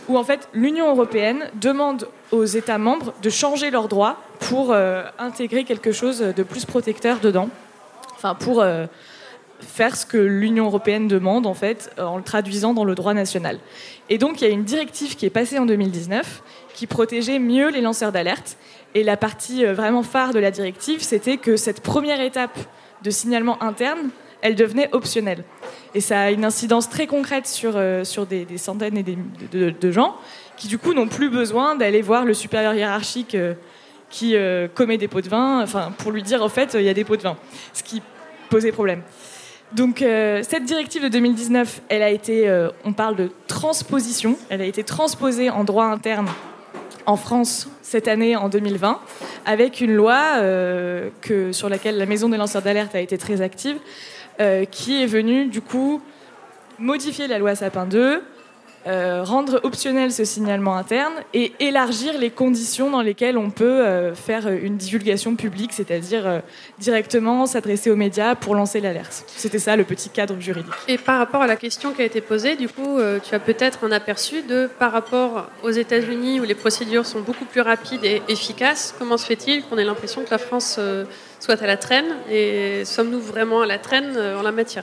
où en fait l'Union européenne demande aux États membres de changer leurs droits pour intégrer quelque chose de plus protecteur dedans, enfin pour faire ce que l'Union européenne demande en fait, en le traduisant dans le droit national. Et donc il y a une directive qui est passée en 2019 qui protégeait mieux les lanceurs d'alerte. Et la partie vraiment phare de la directive, c'était que cette première étape de signalement interne, elle devenait optionnelle. Et ça a une incidence très concrète sur des centaines de gens qui, du coup, n'ont plus besoin d'aller voir le supérieur hiérarchique qui commet des pots de vin, enfin, pour lui dire, en fait, il y a des pots de vin, ce qui posait problème. Donc, cette directive de 2019, elle a été, on parle de transposition, elle a été transposée en droit interne en France cette année, en 2020, avec une loi sur laquelle la Maison des lanceurs d'alerte a été très active, qui est venue, du coup, modifier la loi Sapin 2, rendre optionnel ce signalement interne et élargir les conditions dans lesquelles on peut faire une divulgation publique, c'est-à-dire directement s'adresser aux médias pour lancer l'alerte. C'était ça, le petit cadre juridique. Et par rapport à la question qui a été posée, du coup, tu as peut-être un aperçu de, par rapport aux États-Unis où les procédures sont beaucoup plus rapides et efficaces, comment se fait-il qu'on ait l'impression que la France soit à la traîne, et sommes-nous vraiment à la traîne en la matière?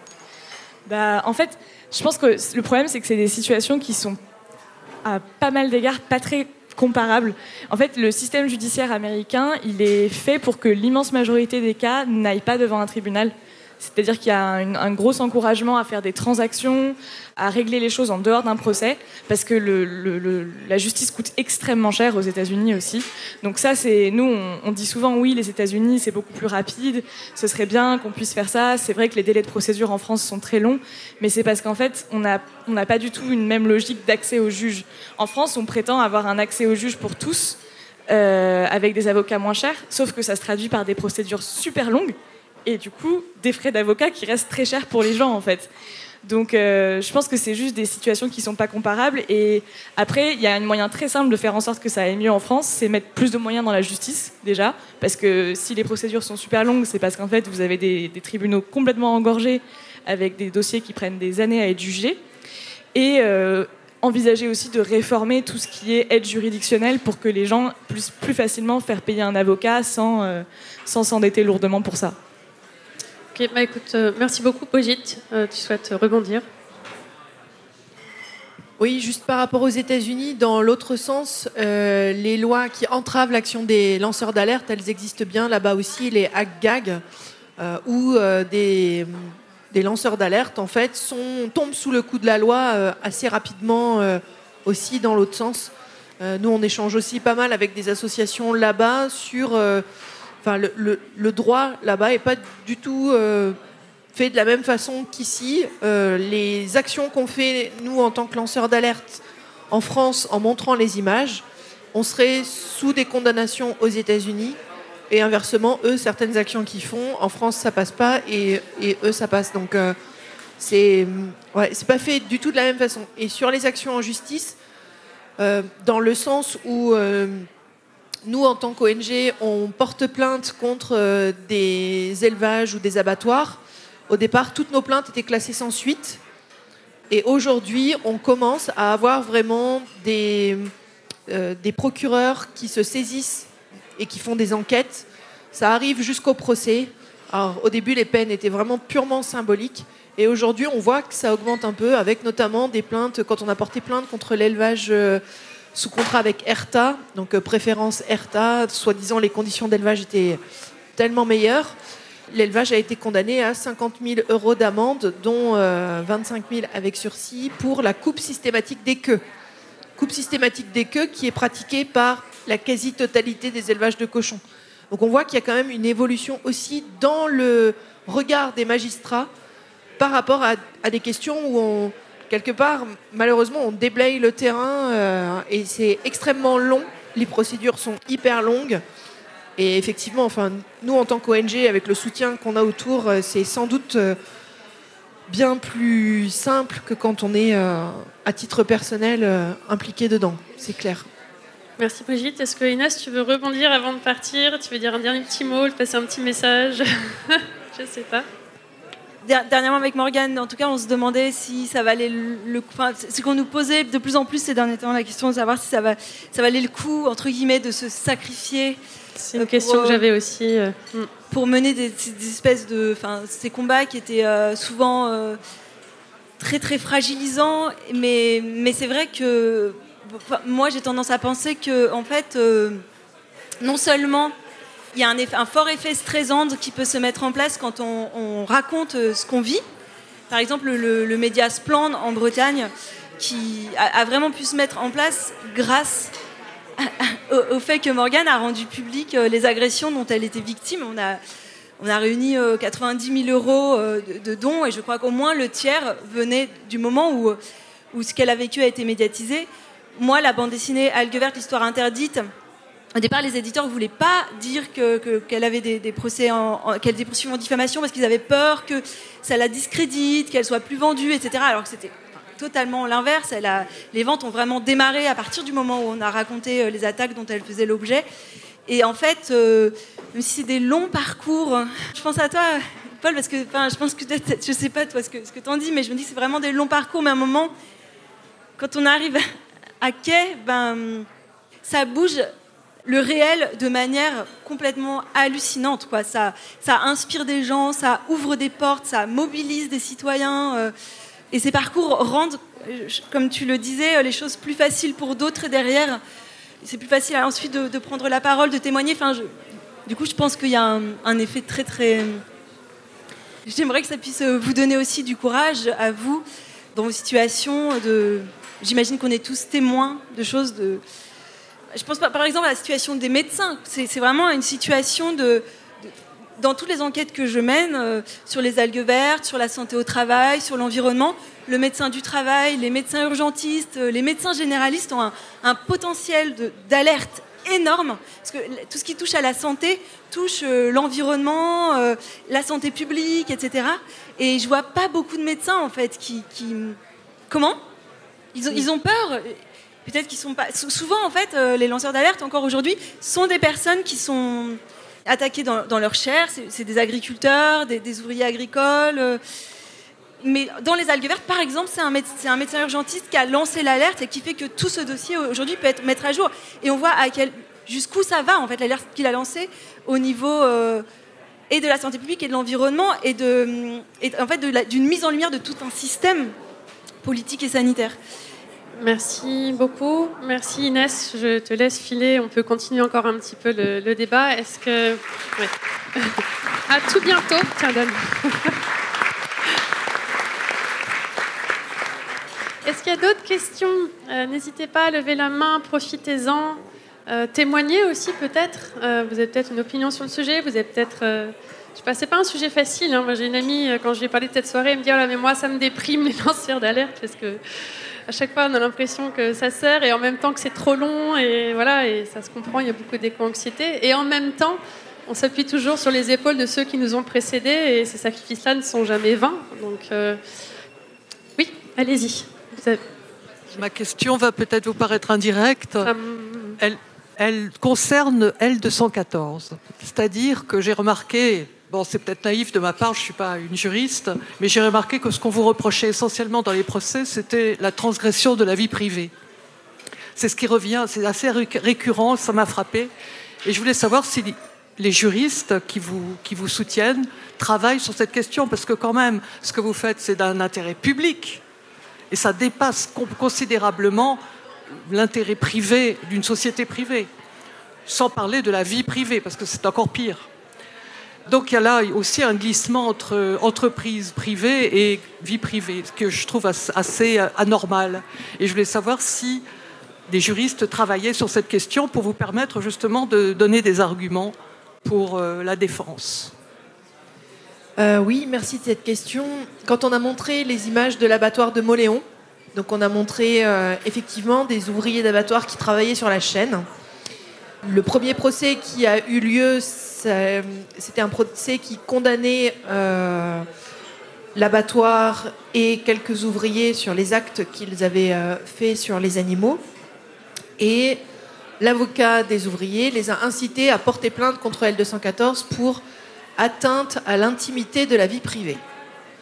En fait, je pense que le problème, c'est que c'est des situations qui sont, à pas mal d'égards, pas très comparables. En fait, le système judiciaire américain, il est fait pour que l'immense majorité des cas n'aillent pas devant un tribunal. C'est-à-dire qu'il y a un gros encouragement à faire des transactions, à régler les choses en dehors d'un procès, parce que la justice coûte extrêmement cher aux États-Unis aussi. Donc ça, nous, on dit souvent, oui, les États-Unis, c'est beaucoup plus rapide, ce serait bien qu'on puisse faire ça. C'est vrai que les délais de procédure en France sont très longs, mais c'est parce qu'en fait, on n'a pas du tout une même logique d'accès aux juges. En France, on prétend avoir un accès aux juges pour tous, avec des avocats moins chers, sauf que ça se traduit par des procédures super longues, et du coup, des frais d'avocat qui restent très chers pour les gens, en fait. Donc, je pense que c'est juste des situations qui ne sont pas comparables. Et après, il y a un moyen très simple de faire en sorte que ça aille mieux en France, c'est mettre plus de moyens dans la justice, déjà. Parce que si les procédures sont super longues, c'est parce qu'en fait, vous avez des tribunaux complètement engorgés, avec des dossiers qui prennent des années à être jugés. Et envisager aussi de réformer tout ce qui est aide juridictionnelle pour que les gens puissent plus facilement faire payer un avocat sans s'endetter lourdement pour ça. Ok, écoute, merci beaucoup, Brigitte. Tu souhaites rebondir? Oui, juste par rapport aux États-Unis, dans l'autre sens, les lois qui entravent l'action des lanceurs d'alerte, elles existent bien là-bas aussi, les hack-gag, où des lanceurs d'alerte, en fait, tombent sous le coup de la loi assez rapidement aussi dans l'autre sens. Nous, on échange aussi pas mal avec des associations là-bas sur... le droit là-bas n'est pas du tout fait de la même façon qu'ici. Les actions qu'on fait, nous, en tant que lanceurs d'alerte en France, en montrant les images, on serait sous des condamnations aux États-Unis. Et inversement, eux, certaines actions qu'ils font, en France, ça passe pas, et eux, ça passe. Donc, c'est pas fait du tout de la même façon. Et sur les actions en justice, dans le sens où... nous, en tant qu'ONG, on porte plainte contre des élevages ou des abattoirs. Au départ, toutes nos plaintes étaient classées sans suite. Et aujourd'hui, on commence à avoir vraiment des procureurs qui se saisissent et qui font des enquêtes. Ça arrive jusqu'au procès. Alors, au début, les peines étaient vraiment purement symboliques. Et aujourd'hui, on voit que ça augmente un peu, avec notamment des plaintes, quand on a porté plainte contre l'élevage... sous contrat avec ERTA, donc préférence ERTA, soi-disant les conditions d'élevage étaient tellement meilleures. L'élevage a été condamné à 50 000 € d'amende, dont 25 000 avec sursis, pour la coupe systématique des queues. Coupe systématique des queues qui est pratiquée par la quasi-totalité des élevages de cochons. Donc on voit qu'il y a quand même une évolution aussi dans le regard des magistrats par rapport à des questions où quelque part, malheureusement, on déblaye le terrain et c'est extrêmement long. Les procédures sont hyper longues. Et effectivement, nous, en tant qu'ONG, avec le soutien qu'on a autour, c'est sans doute bien plus simple que quand on est, à titre personnel, impliqué dedans. C'est clair. Merci, Brigitte. Est-ce que, Inès, tu veux rebondir avant de partir? Tu veux dire un dernier petit mot, passer un petit message? Je ne sais pas. dernièrement avec Morgane, en tout cas, on se demandait si ça valait le coup. Enfin, c'est qu'on nous posait de plus en plus ces derniers temps la question de savoir si ça valait le coup, entre guillemets, de se sacrifier. C'est une question que j'avais aussi. Pour mener des espèces de. Enfin, ces combats qui étaient souvent très, très fragilisants. Mais c'est vrai que. Moi, j'ai tendance à penser que, en fait, non seulement. Il y a un fort effet stressant qui peut se mettre en place quand on raconte ce qu'on vit. Par exemple, le média Spland en Bretagne, qui a vraiment pu se mettre en place grâce au fait que Morgane a rendu public les agressions dont elle était victime. On a réuni 90 000 euros de dons, et je crois qu'au moins le tiers venait du moment où ce qu'elle a vécu a été médiatisé. Moi, la bande dessinée Algues vertes, l'histoire interdite, au départ, les éditeurs ne voulaient pas dire qu'elle avait des procès qu'elle était poursuivie en diffamation parce qu'ils avaient peur que ça la discrédite, qu'elle soit plus vendue, etc. Alors que c'était totalement l'inverse. Les ventes ont vraiment démarré à partir du moment où on a raconté les attaques dont elle faisait l'objet. Et en fait, même si c'est des longs parcours, je pense à toi, Paul, parce que je pense que peut-être, je ne sais pas toi ce que tu en dis, mais je me dis que c'est vraiment des longs parcours. Mais à un moment, quand on arrive à quai, ça bouge le réel de manière complètement hallucinante, quoi. Ça inspire des gens, ça ouvre des portes, ça mobilise des citoyens. Et ces parcours rendent, comme tu le disais, les choses plus faciles pour d'autres. Et derrière, c'est plus facile ensuite de prendre la parole, de témoigner. Du coup, je pense qu'il y a un effet très, très... J'aimerais que ça puisse vous donner aussi du courage à vous, dans vos situations. J'imagine qu'on est tous témoins de choses Je pense par exemple à la situation des médecins. C'est vraiment une situation dans toutes les enquêtes que je mène sur les algues vertes, sur la santé au travail, sur l'environnement, le médecin du travail, les médecins urgentistes, les médecins généralistes ont un potentiel d'alerte énorme, parce que tout ce qui touche à la santé touche l'environnement, la santé publique, etc. Et je vois pas beaucoup de médecins en fait qui... Comment ? Ils ont peur. Peut-être qu'ils sont pas... Souvent, en fait, les lanceurs d'alerte, encore aujourd'hui, sont des personnes qui sont attaquées dans leur chair. C'est des agriculteurs, des ouvriers agricoles. Mais dans les algues vertes, par exemple, c'est un médecin urgentiste qui a lancé l'alerte et qui fait que tout ce dossier, aujourd'hui, peut être mettre à jour. Et on voit jusqu'où ça va, en fait, l'alerte qu'il a lancée au niveau... et de la santé publique et de l'environnement et en fait, d'une mise en lumière de tout un système politique et sanitaire. Merci beaucoup. Merci Inès. Je te laisse filer. On peut continuer encore un petit peu le débat. Est-ce que... Ouais. À tout bientôt. Tiens, donne. Est-ce qu'il y a d'autres questions ? N'hésitez pas à lever la main. Profitez-en. Témoignez aussi peut-être. Vous avez peut-être une opinion sur le sujet. Vous avez peut-être... Je sais pas, c'est pas un sujet facile. Hein. Moi, j'ai une amie, quand je lui ai parlé de cette soirée, elle me dit « Oh là, mais moi, ça me déprime les lanceurs d'alerte parce que... » À chaque fois, on a l'impression que ça sert et en même temps que c'est trop long et voilà, et ça se comprend, il y a beaucoup d'éco-anxiété. Et en même temps, on s'appuie toujours sur les épaules de ceux qui nous ont précédés et ces sacrifices-là ne sont jamais vains. Donc, oui, allez-y. Ma question va peut-être vous paraître indirecte. Elle concerne L214. C'est-à-dire que j'ai remarqué... Bon, c'est peut-être naïf de ma part, je ne suis pas une juriste, mais j'ai remarqué que ce qu'on vous reprochait essentiellement dans les procès, c'était la transgression de la vie privée. C'est ce qui revient, c'est assez récurrent, ça m'a frappé. Et je voulais savoir si les juristes qui vous soutiennent travaillent sur cette question, parce que quand même, ce que vous faites, c'est d'un intérêt public, et ça dépasse considérablement l'intérêt privé d'une société privée, sans parler de la vie privée, parce que c'est encore pire. Donc il y a là aussi un glissement entre entreprise privée et vie privée, ce que je trouve assez anormal. Et je voulais savoir si des juristes travaillaient sur cette question pour vous permettre justement de donner des arguments pour la défense. Oui, merci de cette question. Quand on a montré les images de l'abattoir de Mauléon, donc on a montré effectivement des ouvriers d'abattoir qui travaillaient sur la chaîne. Le premier procès qui a eu lieu, c'était un procès qui condamnait l'abattoir et quelques ouvriers sur les actes qu'ils avaient faits sur les animaux. Et l'avocat des ouvriers les a incités à porter plainte contre L214 pour atteinte à l'intimité de la vie privée.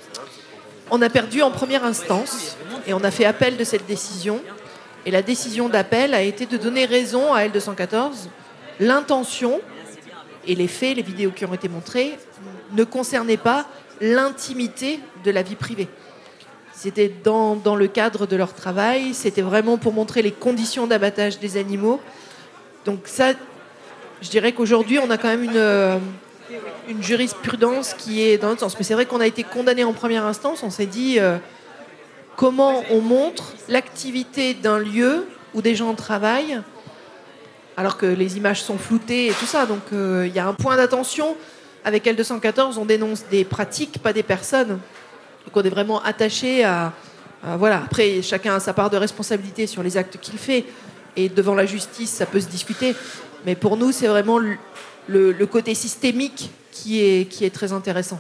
On a perdu en première instance et on a fait appel de cette décision. Et la décision d'appel a été de donner raison à L214. L'intention et les faits, les vidéos qui ont été montrées, ne concernaient pas l'intimité de la vie privée. C'était dans le cadre de leur travail, c'était vraiment pour montrer les conditions d'abattage des animaux. Donc ça, je dirais qu'aujourd'hui, on a quand même une jurisprudence qui est dans l'autre sens. Mais c'est vrai qu'on a été condamné en première instance, on s'est dit comment on montre l'activité d'un lieu où des gens travaillent alors que les images sont floutées et tout ça. Donc il y a un point d'attention. Avec L214, on dénonce des pratiques, pas des personnes. Donc on est vraiment attaché à voilà. Après, chacun a sa part de responsabilité sur les actes qu'il fait. Et devant la justice, ça peut se discuter. Mais pour nous, c'est vraiment le côté systémique qui est très intéressant.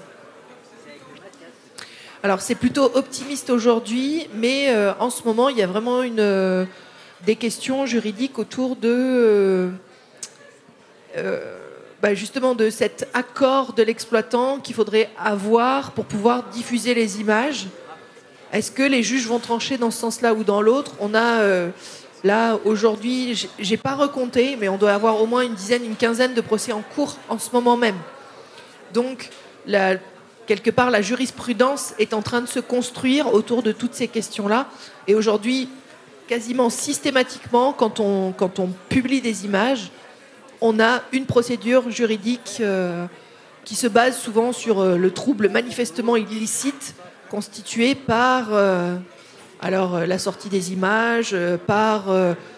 Alors c'est plutôt optimiste aujourd'hui, mais en ce moment, il y a vraiment des questions juridiques autour de... justement de cet accord de l'exploitant qu'il faudrait avoir pour pouvoir diffuser les images. Est-ce que les juges vont trancher dans ce sens-là ou dans l'autre ? On a là aujourd'hui, j'ai pas recompté, mais on doit avoir au moins une quinzaine de procès en cours en ce moment même. Donc quelque part la jurisprudence est en train de se construire autour de toutes ces questions-là. Et aujourd'hui, quasiment systématiquement, quand on publie des images, on a une procédure juridique qui se base souvent sur le trouble manifestement illicite constitué par la sortie des images, par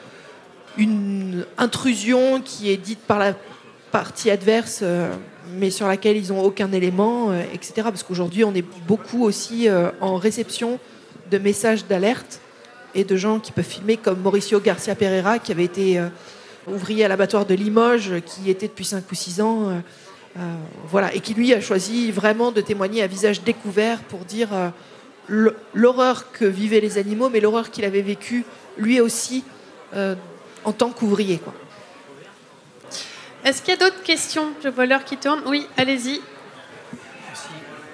une intrusion qui est dite par la partie adverse, mais sur laquelle ils n'ont aucun élément, etc. Parce qu'aujourd'hui, on est beaucoup aussi en réception de messages d'alerte et de gens qui peuvent filmer, comme Mauricio Garcia Pereira, qui avait été... ouvrier à l'abattoir de Limoges, qui était depuis 5 ou 6 ans, et qui lui a choisi vraiment de témoigner à visage découvert pour dire l'horreur que vivaient les animaux, mais l'horreur qu'il avait vécue lui aussi en tant qu'ouvrier. Est-ce qu'il y a d'autres questions ? Je vois l'heure qui tourne. Oui, allez-y. Merci.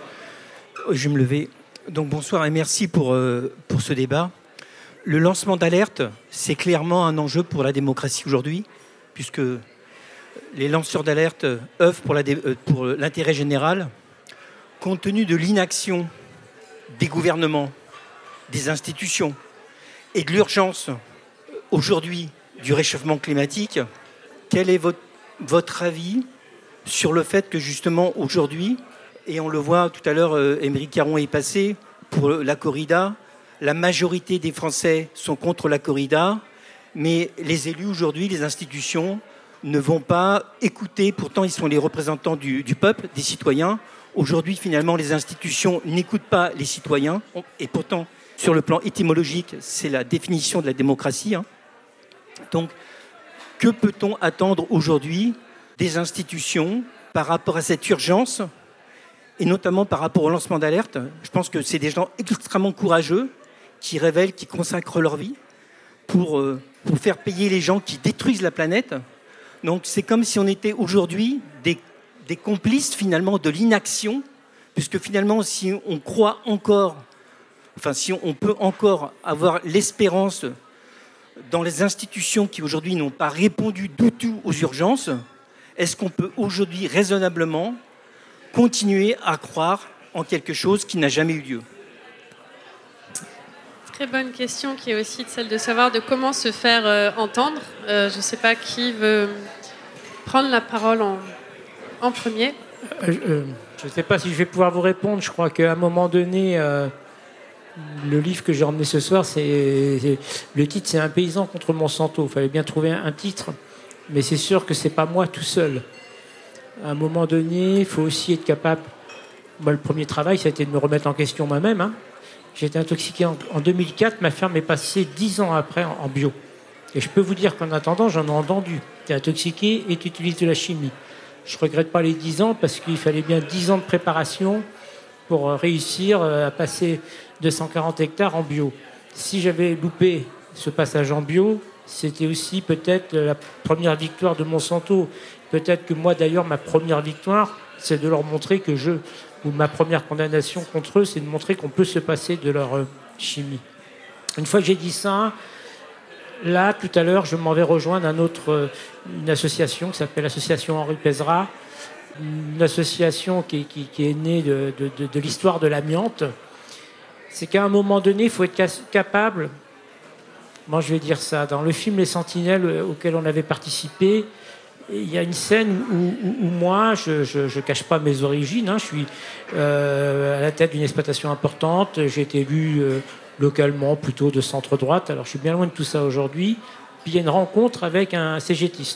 Je vais me lever. Donc bonsoir et merci pour ce débat. Le lancement d'alerte, c'est clairement un enjeu pour la démocratie aujourd'hui, puisque les lanceurs d'alerte œuvrent pour l'intérêt général. Compte tenu de l'inaction des gouvernements, des institutions et de l'urgence aujourd'hui du réchauffement climatique, quel est votre avis sur le fait que justement aujourd'hui, et on le voit tout à l'heure, Émeric Caron est passé pour la corrida, la majorité des Français sont contre la corrida, mais les élus aujourd'hui, les institutions, ne vont pas écouter. Pourtant, ils sont les représentants du peuple, des citoyens. Aujourd'hui, finalement, les institutions n'écoutent pas les citoyens. Et pourtant, sur le plan étymologique, c'est la définition de la démocratie. Donc, que peut-on attendre aujourd'hui des institutions par rapport à cette urgence et notamment par rapport au lancement d'alerte? Je pense que c'est des gens extrêmement courageux qui révèlent, qui consacrent leur vie pour faire payer les gens qui détruisent la planète. Donc c'est comme si on était aujourd'hui des complices finalement de l'inaction, puisque finalement si on croit encore, si on peut encore avoir l'espérance dans les institutions qui aujourd'hui n'ont pas répondu du tout aux urgences, est-ce qu'on peut aujourd'hui raisonnablement continuer à croire en quelque chose qui n'a jamais eu lieu ? Très bonne question qui est aussi celle de savoir de comment se faire entendre. Je ne sais pas qui veut prendre la parole en premier. Je ne sais pas si je vais pouvoir vous répondre. Je crois qu'à un moment donné, le livre que j'ai emmené ce soir, le titre, c'est « Un paysan contre Monsanto ». Il fallait bien trouver un titre, mais c'est sûr que ce n'est pas moi tout seul. À un moment donné, il faut aussi être capable... Moi, le premier travail, ça a été de me remettre en question moi-même. J'ai été intoxiqué en 2004. Ma ferme est passée 10 ans après en bio. Et je peux vous dire qu'en attendant, j'en ai entendu. Tu es intoxiqué et tu utilises de la chimie. Je ne regrette pas les 10 ans parce qu'il fallait bien 10 ans de préparation pour réussir à passer 240 hectares en bio. Si j'avais loupé ce passage en bio, c'était aussi peut-être la première victoire de Monsanto. Peut-être que moi, d'ailleurs, ma première victoire, c'est de leur montrer que ma première condamnation contre eux, c'est de montrer qu'on peut se passer de leur chimie. Une fois que j'ai dit ça, là, tout à l'heure, je m'en vais rejoindre une association qui s'appelle l'Association Henri Pézra, une association qui est née de l'histoire de l'amiante. C'est qu'à un moment donné, il faut être capable, moi je vais dire ça, dans le film Les Sentinelles auquel on avait participé, il y a une scène où moi, je ne cache pas mes origines, je suis à la tête d'une exploitation importante, j'ai été élu localement plutôt de centre-droite, alors je suis bien loin de tout ça aujourd'hui, puis il y a une rencontre avec un cégétiste.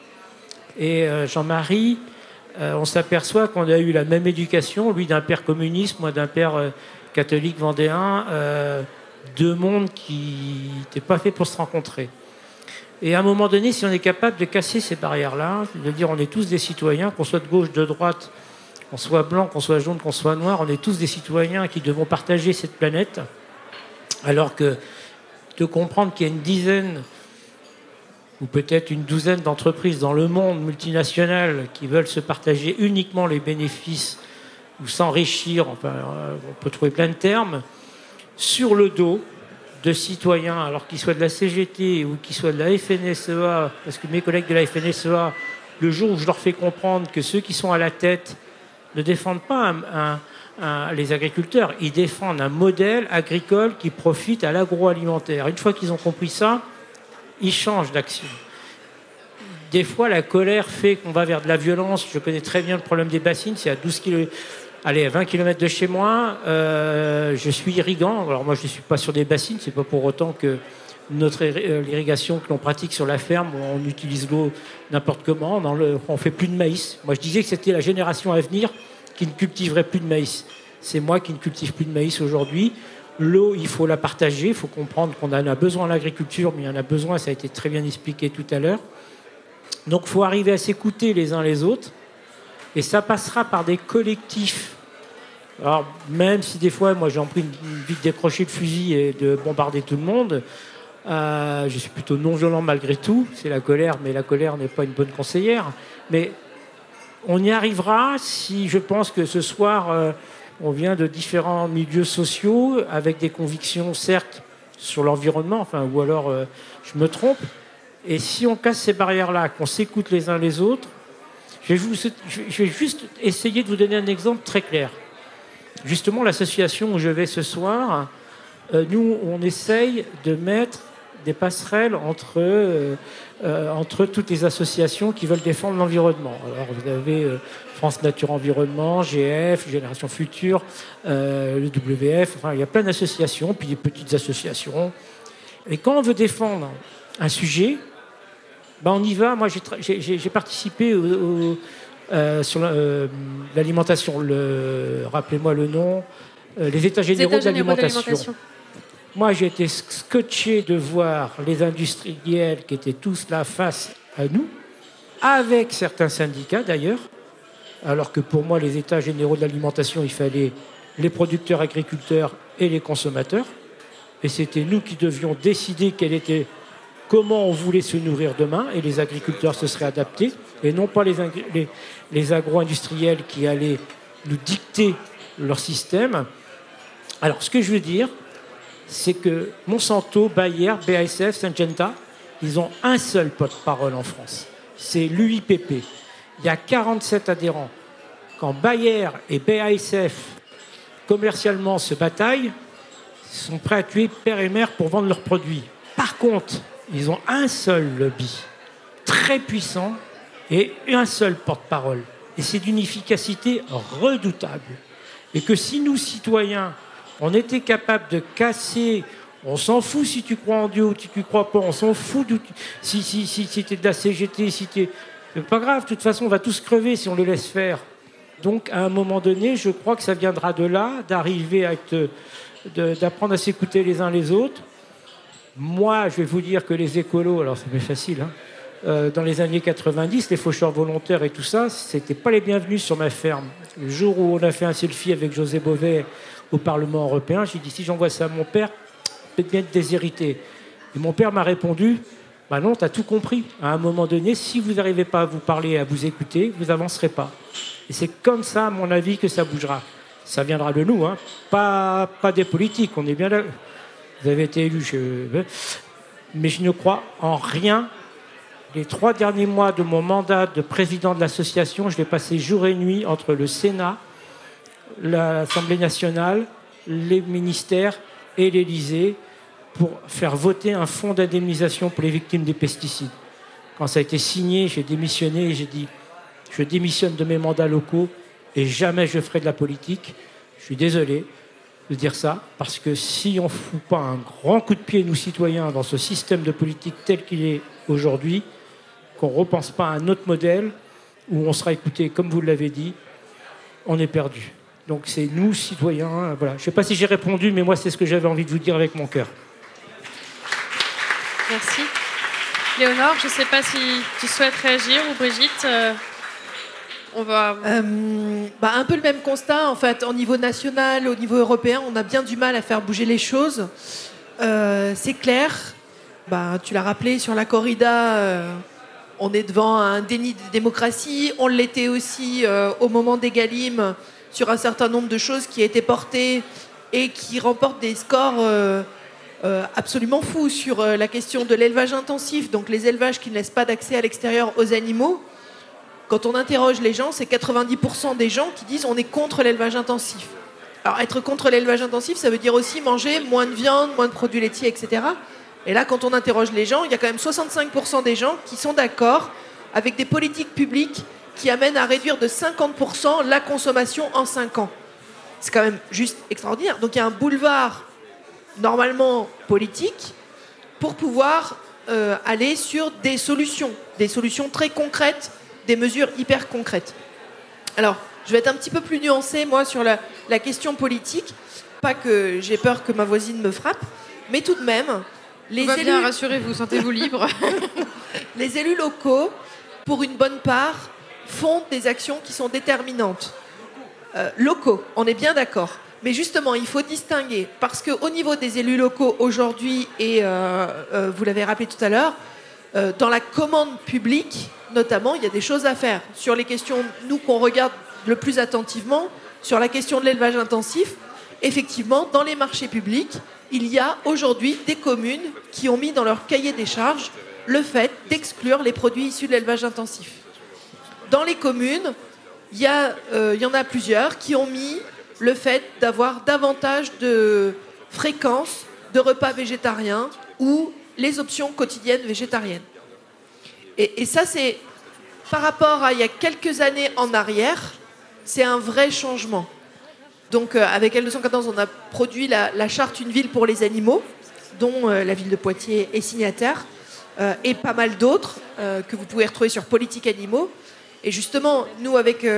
Et Jean-Marie, on s'aperçoit qu'on a eu la même éducation, lui d'un père communiste, moi d'un père catholique vendéen, deux mondes qui n'étaient pas faits pour se rencontrer. Et à un moment donné, si on est capable de casser ces barrières-là, de dire on est tous des citoyens, qu'on soit de gauche, de droite, qu'on soit blanc, qu'on soit jaune, qu'on soit noir, on est tous des citoyens qui devons partager cette planète, alors que de comprendre qu'il y a une dizaine ou peut-être une douzaine d'entreprises dans le monde multinationales qui veulent se partager uniquement les bénéfices ou s'enrichir, enfin, on peut trouver plein de termes, sur le dos de citoyens, alors qu'ils soient de la CGT ou qu'ils soient de la FNSEA, parce que mes collègues de la FNSEA, le jour où je leur fais comprendre que ceux qui sont à la tête ne défendent pas les agriculteurs, ils défendent un modèle agricole qui profite à l'agroalimentaire. Une fois qu'ils ont compris ça, ils changent d'action. Des fois, la colère fait qu'on va vers de la violence. Je connais très bien le problème des bassines. C'est à 20 km de chez moi. Je suis irrigant. Alors moi, je ne suis pas sur des bassines. C'est pas pour autant que l'irrigation que l'on pratique sur la ferme, on utilise l'eau n'importe comment. On fait plus de maïs. Moi, je disais que c'était la génération à venir qui ne cultiverait plus de maïs. C'est moi qui ne cultive plus de maïs aujourd'hui. L'eau, il faut la partager, il faut comprendre qu'on en a besoin à l'agriculture, mais il y en a besoin, ça a été très bien expliqué tout à l'heure. Donc il faut arriver à s'écouter les uns les autres, et ça passera par des collectifs. Alors même si des fois, moi j'ai envie de vite décrocher le fusil et de bombarder tout le monde, je suis plutôt non violent malgré tout, c'est la colère, mais la colère n'est pas une bonne conseillère. Mais on y arrivera si je pense que ce soir... on vient de différents milieux sociaux avec des convictions, certes, sur l'environnement, ou alors je me trompe. Et si on casse ces barrières-là, qu'on s'écoute les uns les autres, je vais juste essayer de vous donner un exemple très clair. Justement, l'association où je vais ce soir, nous, on essaye de mettre des passerelles entre toutes les associations qui veulent défendre l'environnement. Alors, vous avez France Nature Environnement, GF, Génération Future, le WF, il y a plein d'associations, puis des petites associations. Et quand on veut défendre un sujet, on y va. Moi, j'ai participé sur l'alimentation, rappelez-moi le nom, les États généraux de l'alimentation. Moi, j'ai été scotché de voir les industriels qui étaient tous là face à nous, avec certains syndicats d'ailleurs, alors que pour moi, les États généraux de l'alimentation, il fallait les producteurs, agriculteurs et les consommateurs. Et c'était nous qui devions décider comment on voulait se nourrir demain, et les agriculteurs se seraient adaptés, et non pas les agro-industriels qui allaient nous dicter leur système. Alors, ce que je veux dire, c'est que Monsanto, Bayer, BASF, Syngenta, ils ont un seul porte-parole en France. C'est l'UIPP. Il y a 47 adhérents. Quand Bayer et BASF, commercialement, se bataillent, ils sont prêts à tuer père et mère pour vendre leurs produits. Par contre, ils ont un seul lobby, très puissant, et un seul porte-parole. Et c'est d'une efficacité redoutable. Et que si nous, citoyens, on était capable de casser, on s'en fout si tu crois en Dieu ou si tu ne crois pas, on s'en fout si tu es de la CGT, c'est pas grave, de toute façon on va tous crever si on les laisse faire. Donc à un moment donné, je crois que ça viendra de là, d'arriver d'apprendre à s'écouter les uns les autres. Moi, je vais vous dire que les écolos, alors c'est facile, dans les années 90, les faucheurs volontaires et tout ça, c'était pas les bienvenus sur ma ferme. Le jour où on a fait un selfie avec José Bové au Parlement européen, j'ai dit si j'envoie ça à mon père, peut-être bien être déshérité. Et mon père m'a répondu Ben non, tu as tout compris. À un moment donné, si vous n'arrivez pas à vous parler, à vous écouter, vous n'avancerez pas. Et c'est comme ça, à mon avis, que ça bougera. Ça viendra de nous, hein. Pas des politiques, on est bien là. Vous avez été élus, mais je ne crois en rien. Les 3 derniers mois de mon mandat de président de l'association, je l'ai passé jour et nuit entre le Sénat, l'Assemblée nationale, les ministères et l'Élysée pour faire voter un fonds d'indemnisation pour les victimes des pesticides. Quand ça a été signé, j'ai démissionné et j'ai dit je démissionne de mes mandats locaux et jamais je ferai de la politique. Je suis désolé de dire ça, parce que si on ne fout pas un grand coup de pied, nous citoyens, dans ce système de politique tel qu'il est aujourd'hui, qu'on ne repense pas à un autre modèle où on sera écouté, comme vous l'avez dit, on est perdu. Donc c'est nous, citoyens, voilà. Je ne sais pas si j'ai répondu, mais moi c'est ce que j'avais envie de vous dire avec mon cœur. Merci. Léonore, je ne sais pas si tu souhaites réagir, ou Brigitte, on va... un peu le même constat, en fait, au niveau national, au niveau européen, on a bien du mal à faire bouger les choses. C'est clair, tu l'as rappelé, sur la corrida, on est devant un déni de démocratie. On l'était aussi au moment des Galim, sur un certain nombre de choses qui étaient portées et qui remportent des scores absolument fous sur la question de l'élevage intensif, donc les élevages qui ne laissent pas d'accès à l'extérieur aux animaux. Quand on interroge les gens, c'est 90% des gens qui disent on est contre l'élevage intensif. Alors être contre l'élevage intensif, ça veut dire aussi manger moins de viande, moins de produits laitiers, etc. Et là, quand on interroge les gens, il y a quand même 65% des gens qui sont d'accord avec des politiques publiques qui amènent à réduire de 50% la consommation en 5 ans. C'est quand même juste extraordinaire. Donc il y a un boulevard normalement politique pour pouvoir aller sur des solutions très concrètes, des mesures hyper concrètes. Alors, je vais être un petit peu plus nuancée, moi, sur la question politique. Pas que j'ai peur que ma voisine me frappe, mais tout de même... On va bien, rassurez-vous, sentez-vous libre. Les élus locaux, pour une bonne part, font des actions qui sont déterminantes. Locaux, on est bien d'accord. Mais justement, il faut distinguer, parce qu'au niveau des élus locaux aujourd'hui, et vous l'avez rappelé tout à l'heure, dans la commande publique, notamment, il y a des choses à faire. Sur les questions, nous, qu'on regarde le plus attentivement, sur la question de l'élevage intensif, effectivement, dans les marchés publics, il y a aujourd'hui des communes qui ont mis dans leur cahier des charges le fait d'exclure les produits issus de l'élevage intensif. Dans les communes, il y en a plusieurs qui ont mis le fait d'avoir davantage de fréquences de repas végétariens ou les options quotidiennes végétariennes. Et ça, c'est par rapport à il y a quelques années en arrière, c'est un vrai changement. Donc avec L214, on a produit la charte Une ville pour les animaux, dont la ville de Poitiers est signataire, et pas mal d'autres que vous pouvez retrouver sur Politique Animaux. Et justement, nous,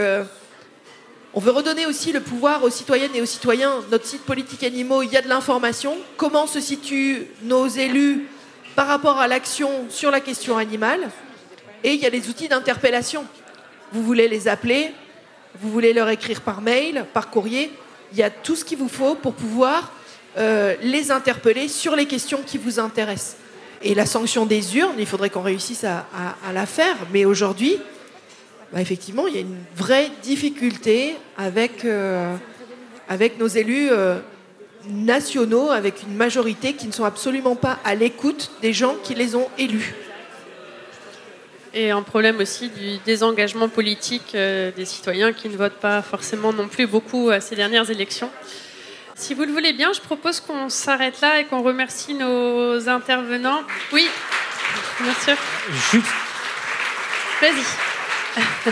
on veut redonner aussi le pouvoir aux citoyennes et aux citoyens. Notre site Politique Animaux, il y a de l'information. Comment se situent nos élus par rapport à l'action sur la question animale. Et il y a les outils d'interpellation. Vous voulez les appeler, vous voulez leur écrire par mail, par courrier. Il y a tout ce qu'il vous faut pour pouvoir les interpeller sur les questions qui vous intéressent. Et la sanction des urnes, il faudrait qu'on réussisse à la faire. Mais aujourd'hui, effectivement, il y a une vraie difficulté avec nos élus nationaux, avec une majorité qui ne sont absolument pas à l'écoute des gens qui les ont élus. Et un problème aussi du désengagement politique des citoyens qui ne votent pas forcément non plus beaucoup à ces dernières élections. Si vous le voulez bien, je propose qu'on s'arrête là et qu'on remercie nos intervenants. Oui, bien sûr. Vas-y.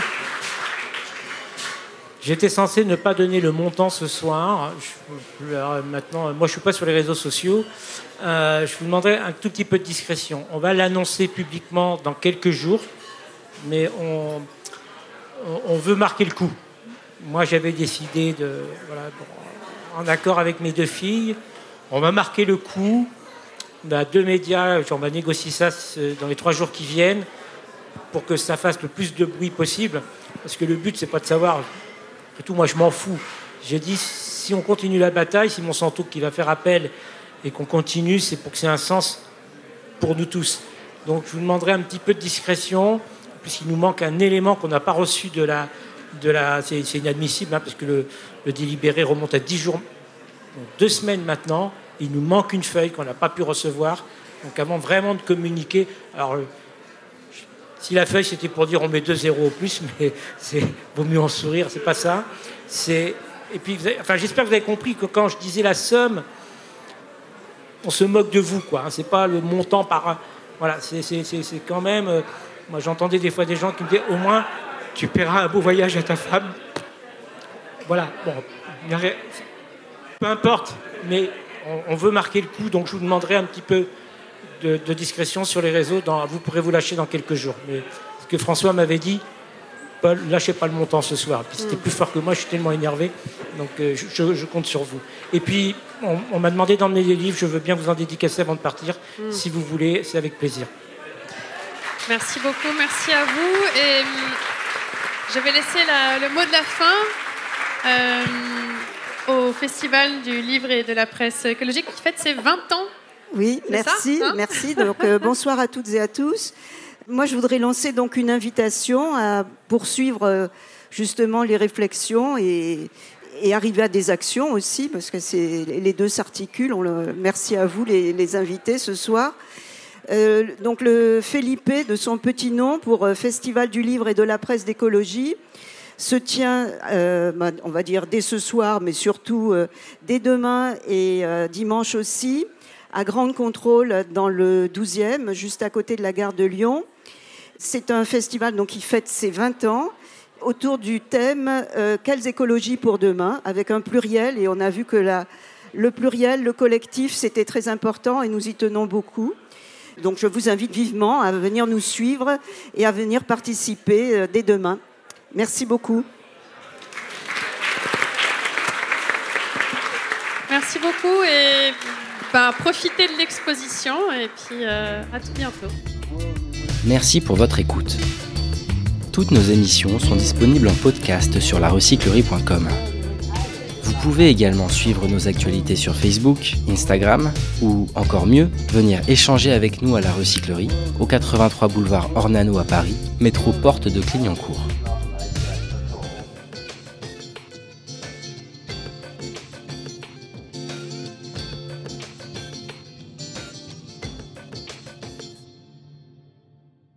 J'étais censé ne pas donner le montant ce soir. Maintenant, moi, je ne suis pas sur les réseaux sociaux. Je vous demanderai un tout petit peu de discrétion. On va l'annoncer publiquement dans quelques jours, mais on veut marquer le coup. Moi, j'avais décidé, en accord avec mes 2 filles, on va marquer le coup. On a 2 médias, on va négocier ça dans les 3 jours qui viennent pour que ça fasse le plus de bruit possible. Parce que le but, c'est pas de savoir. Après tout, moi, je m'en fous. J'ai dit, si on continue la bataille, si Monsanto qui va faire appel et qu'on continue, c'est pour que c'est un sens pour nous tous. Donc je vous demanderai un petit peu de discrétion, puisqu'il nous manque un élément qu'on n'a pas reçu de la c'est inadmissible, hein, parce que le délibéré remonte à 10 jours, donc 2 semaines maintenant. Il nous manque une feuille qu'on n'a pas pu recevoir. Donc avant vraiment de communiquer, alors si la feuille c'était pour dire on met 2 zéros au plus, mais vaut mieux en sourire, c'est pas ça. Et puis j'espère que vous avez compris que quand je disais la somme, on se moque de vous, quoi. Hein, c'est pas le montant par. Voilà, c'est quand même. Moi j'entendais des fois des gens qui me disaient au moins tu paieras un beau voyage à ta femme. Voilà, bon, peu importe, mais on veut marquer le coup, donc je vous demanderai un petit peu de discrétion sur les réseaux. Vous pourrez vous lâcher dans quelques jours. Mais ce que François m'avait dit, Paul, lâchez pas le montant ce soir. Puis c'était plus fort que moi, je suis tellement énervé. Donc je compte sur vous. Et puis, on m'a demandé d'emmener des livres, je veux bien vous en dédicacer avant de partir. Si vous voulez, c'est avec plaisir. Merci beaucoup, merci à vous. Et je vais laisser le mot de la fin au Festival du livre et de la presse écologique qui fête ses 20 ans. Oui, merci, ça, hein? Merci. Donc, bonsoir à toutes et à tous. Moi, je voudrais lancer donc une invitation à poursuivre justement les réflexions et arriver à des actions aussi, parce que les deux s'articulent. Merci à vous, les invités ce soir. Donc, le Felipe, de son petit nom, pour Festival du livre et de la presse d'écologie, se tient, on va dire, dès ce soir, mais surtout dès demain et dimanche aussi, à Grande Contrôle, dans le 12e, juste à côté de la gare de Lyon. C'est un festival donc, qui fête ses 20 ans, autour du thème « Quelles écologies pour demain ?», avec un pluriel, et on a vu que le pluriel, le collectif, c'était très important, et nous y tenons beaucoup. Donc je vous invite vivement à venir nous suivre et à venir participer dès demain. Merci beaucoup. Merci beaucoup et profitez de l'exposition et puis à tout bientôt. Merci pour votre écoute. Toutes nos émissions sont disponibles en podcast sur larecyclerie.com. Vous pouvez également suivre nos actualités sur Facebook, Instagram ou, encore mieux, venir échanger avec nous à la Recyclerie, au 83 boulevard Ornano à Paris, métro porte de Clignancourt.